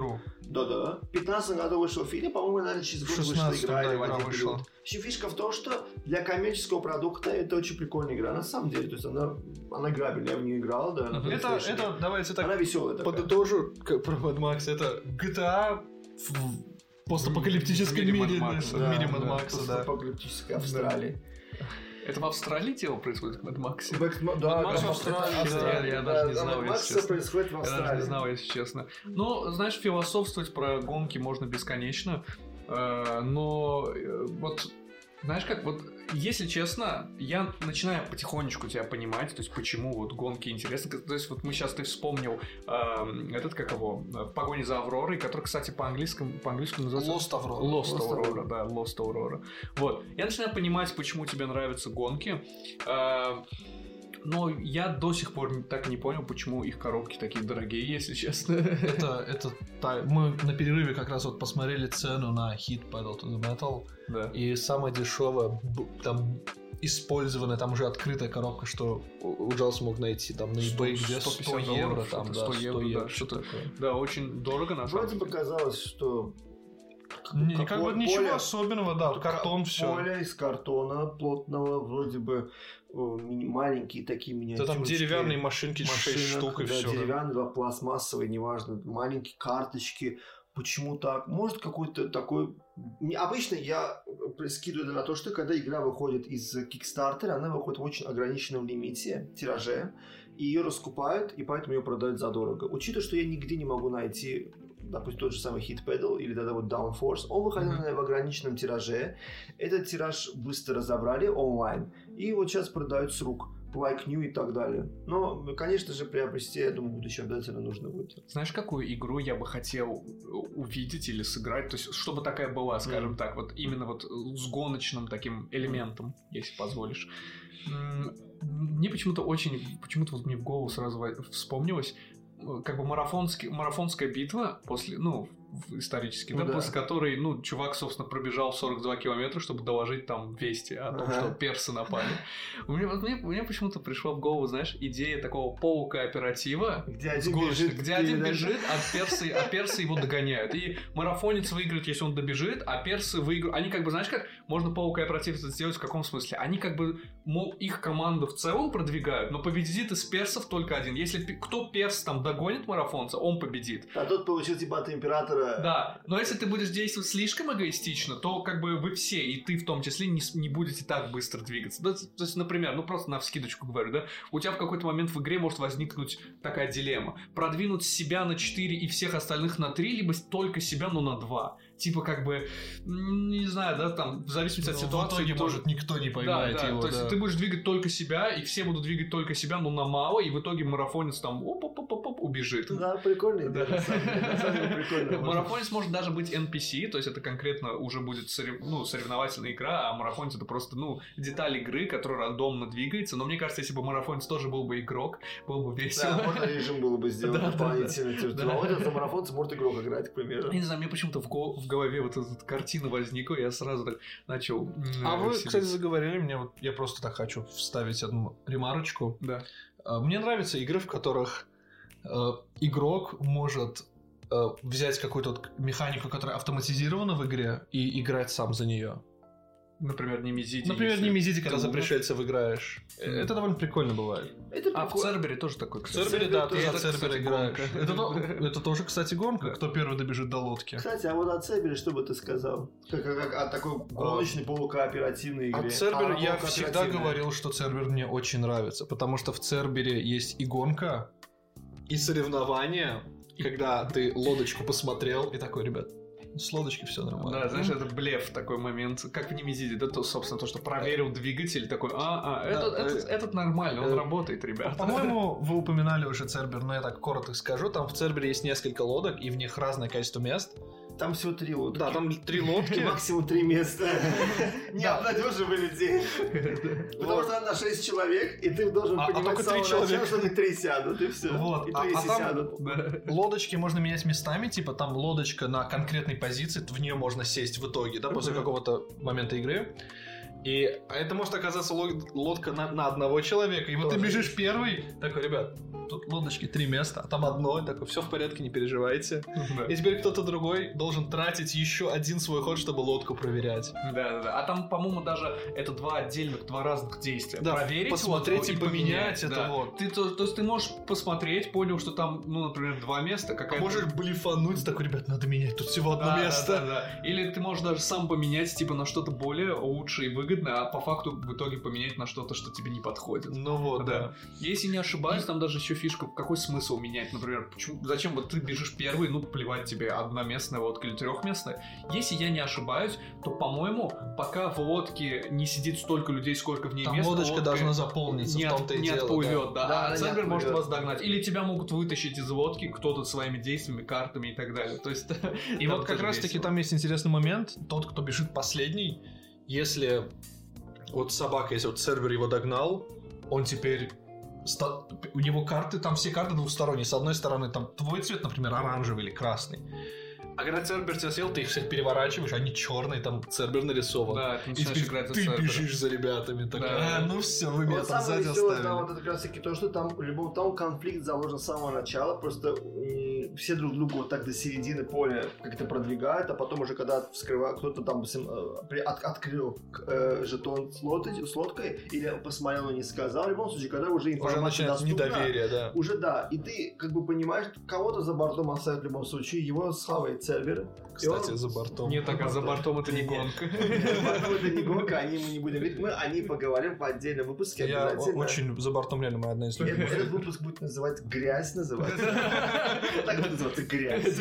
Да-да. В пятнадцатом году вышел фильм, по-моему, наверное, через год вышла игра. Да, игра вышла. Еще фишка в том, что для коммерческого продукта это очень прикольная игра, на самом деле. То есть она, она играбельная, я в нее играл, да. Uh-huh. Это, это, давайте так она веселая такая. Подытожу про Mad Max. Это джи ти эй в постапокалиптическом мире, мире Mad Max, да. Постапокалиптической Австралии. Это в Австралии дело происходит в Mad Max? Да, Mad Max в Австралии. Я даже не знал, если честно. происходит в Австралии. Я даже не знал, если честно. Ну, знаешь, философствовать про гонки можно бесконечно, но вот, знаешь как, вот, если честно, я начинаю потихонечку тебя понимать, то есть почему вот гонки интересны. То есть вот мы сейчас, ты вспомнил э, этот, как его, в погоне за Авророй, который, кстати, по-английскому, по-английскому называется... Lost Aurora. Lost Aurora, да, Lost Aurora. Вот. Я начинаю понимать, почему тебе нравятся гонки. Э, Но я до сих пор так и не понял, почему их коробки такие дорогие, если честно. Это, это та... Мы на перерыве как раз вот посмотрели цену на Heat Pedal to the Metal. Да. И самая дешевая, там использованная, там уже открытая коробка, что Уджал смог найти там на eBay, где сто евро, там, да, сто евро, да, что-то такое. Да, очень дорого на самом деле. Вроде показалось, что... Не, как, как бы поле, ничего особенного, да, картон, все. Поле из картона плотного, вроде бы маленькие такие миниатюры. Да там деревянные машинки, шесть штук и да, все. Деревянные, да, пластмассовые, неважно, маленькие карточки. Почему так? Может, какой-то такой... Обычно я скидываю на то, что когда игра выходит из Kickstarter, она выходит в очень ограниченном лимите, тираже, и ее раскупают, и поэтому ее продают задорого. Учитывая, что я нигде не могу найти, допустим, тот же самый Heat Pedal или тогда вот Downforce, он выходил mm-hmm. в ограниченном тираже. Этот тираж быстро разобрали онлайн, и вот сейчас продают с рук. Like New и так далее. Но, конечно же, приобрести, я думаю, в будущем обязательно нужно будет. Знаешь, какую игру я бы хотел увидеть или сыграть? То есть, чтобы такая была, скажем mm. так, вот именно вот с гоночным таким элементом, mm. если позволишь. Мне почему-то очень, почему-то вот мне в голову сразу вспомнилось, как бы марафонский, марафонская битва после, ну, исторически, ну, да, да, после которой, ну, чувак, собственно, пробежал сорок два километра, чтобы доложить там вести о том, ага. что персы напали. Мне, вот, мне, мне почему-то пришла в голову, знаешь, идея такого полукооператива, где один бежит, где один бежит, а персы, а персы его догоняют. И марафонец выиграет, если он добежит, а персы выиграют. Они как бы, знаешь как, можно полукооператив это сделать в каком смысле? Они как бы, мол, их команду в целом продвигают, но победит из персов только один. Если кто перс там догонит марафонца, он победит. А тот получил типа от императора. Да, но если ты будешь действовать слишком эгоистично, то как бы вы все, и ты в том числе, не, не будете так быстро двигаться. Да, то есть, например, ну просто на вскидочку говорю, да, у тебя в какой-то момент в игре может возникнуть такая дилемма. Продвинуть себя на четыре и всех остальных на три, либо только себя, но на два. Типа как бы, не знаю, да, там, в зависимости от ситуации... В итоге, то... может, никто не поймает да, да, его, то есть да. ты будешь двигать только себя, и все будут двигать только себя, но на мало, и в итоге марафонец там оп-оп-оп-оп убежит. Да, прикольно. Да. На самом деле прикольно. Марафонец может даже быть эн пи си, то есть это конкретно уже будет сорев... ну, соревновательная игра, а марафонец это просто, ну, деталь игры, которая рандомно двигается, но мне кажется, если бы марафонец тоже был бы игрок, было бы весело. Да, можно режим было бы сделать дополнительно. Да, за марафонца может игрок играть, к примеру. Я не знаю, мне почему-то в голове вот эта картина возникла, я сразу так начал... А вы, кстати, заговорили мне, вот я просто так хочу вставить одну ремарочку. Да. Мне нравятся игры, в которых э, игрок может э, взять какую-то вот механику, которая автоматизирована в игре, и играть сам за нее. Например, Немезиди. Например, Немезиди, когда за пришельцев играешь. Mm. Это довольно прикольно бывает. Это а в Цербере тоже такой, кстати. В Цербере, да, ты за Цербер играешь. Это, то, это тоже, кстати, гонка. Кто первый добежит до лодки. Кстати, а вот о Цербере что бы ты сказал? Как, как, о такой гоночной полукооперативной игре. О Цербер а, я всегда говорил, что Цербер мне очень нравится. Потому что в Цербере есть и гонка, и соревнования. Когда ты лодочку посмотрел и такой, ребят, с лодочки все нормально. Да, знаешь, это блеф такой момент. Как в Немезиде, да, то, собственно, то, что проверил двигатель, такой, а, а, этот, да, этот, этот нормально, он э, работает, ребята. По-моему, вы упоминали уже Цербер, но я так коротко скажу. Там в Цербере есть несколько лодок, и в них разное количество мест. Там всего три лодки. Да, там три лодки. Максимум три места. Не обнадеживай людей. Потому что на шесть человек, и ты должен понимать с самого начала, что не три сядут, и все. Вот. И то, если сядут. Лодочки можно менять местами, типа там лодочка на конкретной позиции, в нее можно сесть в итоге, да, после какого-то момента игры. И это может оказаться лодка на, на одного человека. И вот ты бежишь первый, такой, ребят, тут лодочки три места, а там одно, такой, все в порядке, не переживайте. Да. И теперь кто-то другой должен тратить еще один свой ход, чтобы лодку проверять. Да-да-да. А там, по-моему, даже это два отдельных, два разных действия. Да, проверить посмотреть лодку и поменять, поменять это да. вот. Ты, то, то есть ты можешь посмотреть, понял, что там, ну, например, два места. А можешь блефануть, такой, ребят, надо менять, тут всего одно да, место. Да, да, да. Или ты можешь даже сам поменять, типа, на что-то более лучше и выгодное, а по факту в итоге поменять на что-то, что тебе не подходит. Ну вот, да. да. Если не ошибаюсь, там даже еще фишка, какой смысл менять, например, почему, зачем вот ты бежишь первый, ну, плевать тебе, одноместная лодка или трехместная. Если я не ошибаюсь, то, по-моему, пока в лодке не сидит столько людей, сколько в ней там места, лодочка лодка должна заполниться, не, в том-то и не дело, отплывет, да, да, а Цербер может отплывет. вас догнать. Или тебя могут вытащить из лодки кто-то своими действиями, картами и так далее. То есть, и вот как раз-таки там есть интересный момент. Тот, кто бежит последний, если вот собака, если вот Цербер его догнал, он теперь... У него карты, там все карты двухсторонние. С одной стороны, там твой цвет, например, оранжевый или красный. А когда Цербер тебя съел, ты их всех переворачиваешь, они черные, там Цербер нарисован. Да, ты и теперь играть ты бежишь за ребятами. Так, да. а, ну все, вы меня вот там сзади оставили. Да, вот это как раз таки то, что там, любом там конфликт заложен с самого начала, просто м- все друг друга вот так до середины поля как-то продвигают, а потом уже когда вскрывают, кто-то там э, от, открыл э, жетон с, лодкой, с лодкой, или посмотрел, но не сказал, в любом случае, когда уже информация уже доступна, недоверие, да. Уже да, и ты как бы понимаешь, кого-то за бортом оставят в любом случае, его схавает Цербер. Кстати, он... за бортом. Нет, так, а за бортом это не гонка. За бортом это не гонка, они мы не будем говорить. Мы о ней поговорим в отдельном выпуске. Я очень за бортом реально моя одна из любимых. Этот выпуск будет называть «Грязь» называется. Так будет называться «Грязь».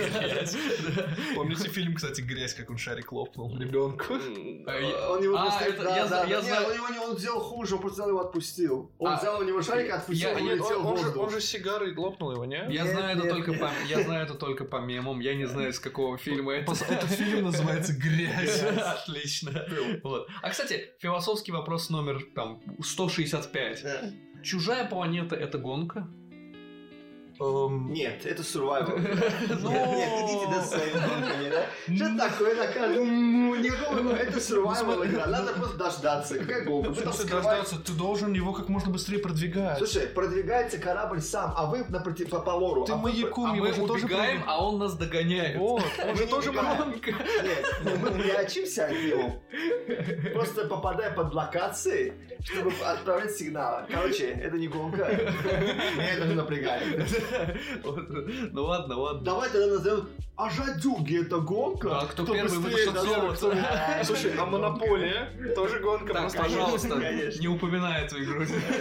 Помните фильм, кстати, «Грязь», как он шарик лопнул ребенку? Он его просто... Он сделал хуже, он просто его отпустил. Он взял у него шарик, отпустил, и улетел в воздух. Он же сигарой лопнул его, не? Я знаю это только по мемам. Я не знаю, с какого фильма это. Этот фильм называется «Грязь». Отлично. Вот. А, кстати, философский вопрос номер там сто шестьдесят пять. Чужая планета — это гонка? Um... Нет, это survival. No. Нет, идите до своими гонками, да? Что такое такая? Ну, это survival игра. Надо просто дождаться. Какая гонка? Что ты дождаться? Ты должен его как можно быстрее продвигать. Слушай, продвигается корабль сам, а вы напротив, по, по лору. Ты маяком, мы убегаем, а он нас догоняет. Вот, он же тоже гонка. Нет, мы прячемся от него. Просто попадая под локации, чтобы отправлять сигналы. Короче, это не гонка. Меня это напрягает. Ну ладно, ладно. Давай тогда назовем Ажадюги, это гонка. А кто, кто первый вышел кто... Слушай, а Монополия тоже гонка. Так, пожалуйста, не упоминай эту игру.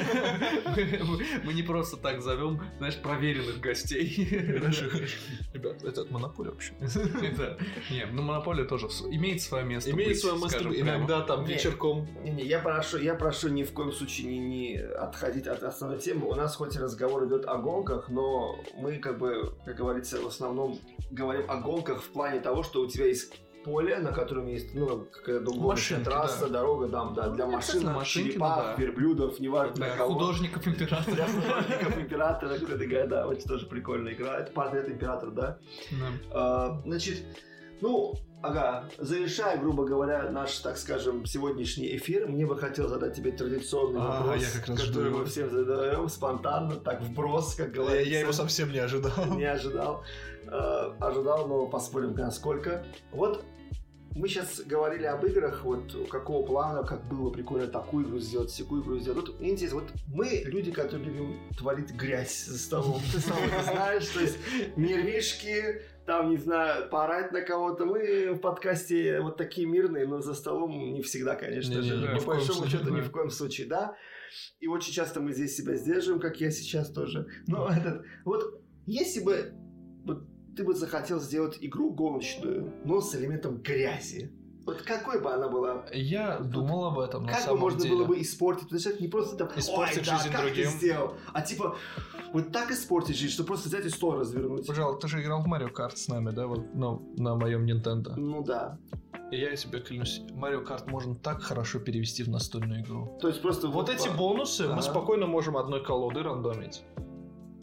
Мы не просто так зовем, знаешь, проверенных гостей. Хорошо, хорошо. Ребят, это от Монополии вообще. Не, ну Монополия тоже имеет свое место. Имеет свое место иногда там вечерком. Не, я прошу, я прошу ни в коем случае не отходить от основной темы. У нас хоть разговор идет о гонках, но мы, как бы, как говорится, в основном говорим о гонках в плане того, что у тебя есть поле, на котором есть, ну, какая-то гоночная трасса, да. дорога, там, да, для машин, черепах, да. верблюдов, неважно да, для кого. Художников императора. Для художников императора, какой-то, да, очень тоже прикольно играет. Портрет императора, да. да. А, значит, ну, ага, завершая, грубо говоря, наш, так скажем, сегодняшний эфир, мне бы хотелось задать тебе традиционный а, вопрос, я как раз который жду. мы всем задаем спонтанно, так вброс, как говорится. Я, я его совсем не ожидал. Не ожидал. Э, ожидал, но поспорим насколько. Вот мы сейчас говорили об играх, вот какого плана, как было прикольно такую игру сделать, всякую игру сделать. Вот мне интересно, вот мы люди, которые любим творить грязь за столом. Ты сам это знаешь, то есть нервишки, там, не знаю, поорать на кого-то. Мы в подкасте вот такие мирные, но за столом не всегда, конечно не, же. Не, не, по большому счету, да. ни в коем случае, да. И очень часто мы здесь себя сдерживаем, как я сейчас тоже. Но этот, вот если бы вот, ты бы захотел сделать игру гоночную, но с элементом грязи, вот какой бы она была? Я вот, думал об этом, на как самом бы можно деле. было бы испортить, то есть не просто там, испортить ой, жизнь да, как другим. ты сделал, а типа вот так испортить жизнь, что просто взять и стол развернуть. Пожалуйста, ты же играл в Mario Kart с нами, да, вот, ну, на моем Nintendo. Ну да. И я тебе клянусь, Mario Kart можно так хорошо перевести в настольную игру. То есть просто вот, вот эти по... бонусы ага. мы спокойно можем одной колодой рандомить.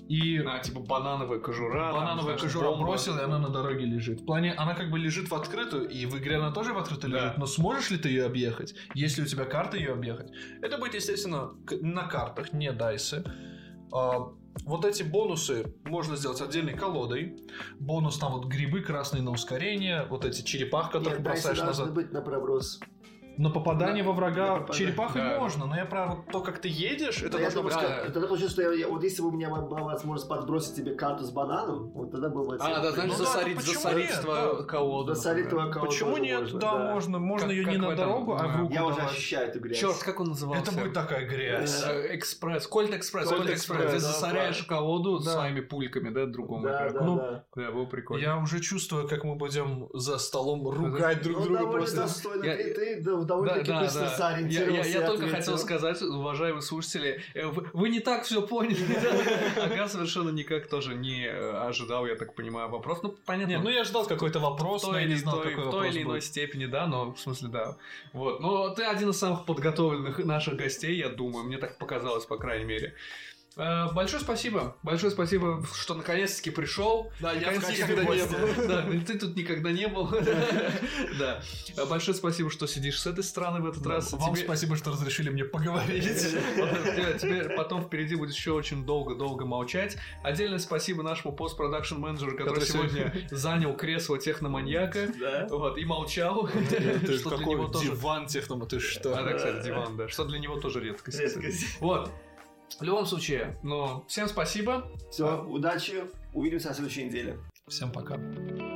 И А, типа банановая кожура. банановая там, кожура бомба. бросил, и она на дороге лежит. В плане, она как бы лежит в открытую, и в игре она тоже в открытую Да. лежит, но сможешь ли ты ее объехать? Есть ли у тебя карта ее объехать? Это будет, естественно, к- на картах, не дайсы. А, вот эти бонусы можно сделать отдельной колодой. Бонус там вот грибы красные на ускорение, вот эти черепах, которых Нет, бросаешь дайсы должны назад. быть на проброс. На попадание На- во врага на попадание. черепахой Да. можно, но я про вот то, как ты едешь, это Да, я должно думаю, быть... да. что- Тогда получается, что я, я- вот если бы у меня была возможность подбросить тебе карту с бананом, вот тогда было бы... А, да, знаешь, Ну да, засорить, ну почему засорить нет, твою да. колоду. Засорить например. твою колоду Почему тоже нет? можно, да, можно. Можно Как- ее как не в на этом, дорогу, а в да. руку Я уже давать. ощущаю эту грязь. Черт, как он назывался? Это будет такая грязь. Э, Экспресс, Кольт Экспресс, Кольт Кольт Экспресс. Экспресс, Ты да, засоряешь да. колоду Да. своими пульками, да, другому Да, игроку. да, Ну, да. Да, было прикольно. Я уже чувствую, как мы будем за столом ругать друг Ну, друга довольно просто. достойно. Я- Ты, ты да, довольно-таки быстро Я, я, сориентировался. я и только ответил. хотел сказать, уважаемые слушатели, э, вы, вы не так все поняли. да? Ага, совершенно никак тоже не э, ожидал, я так понимаю, вопрос. Ну, понятно. Не, ну я ждал какой-то вопрос, в но той я или, не знал, той- какой в той вопрос или иной будет. степени, да, но в смысле, да. Вот. Но ты один из самых подготовленных наших гостей, я думаю, мне так показалось, по крайней мере. Э, Большое спасибо. Большое спасибо, что наконец-таки пришел. Да, я в Наконец-таки качестве никогда не гостя. был. Да, ты тут никогда не был. Да. Э, Большое спасибо, что сидишь с этой стороны в этот раз. Вам Тебе- спасибо, что разрешили мне поговорить. Тебе- Тебе потом впереди будет еще очень долго-долго молчать. Отдельное спасибо нашему постпродакшн менеджеру, который Который сегодня занял кресло техноманьяка. Да. Вот, и молчал. Ты Что для него какой тоже... диван технома, ты что? А, да, кстати, диван, да. Что для него тоже редкость. кстати. Редкость. Вот. В любом случае, ну, всем спасибо. Все, удачи. Увидимся на следующей неделе. Всем пока.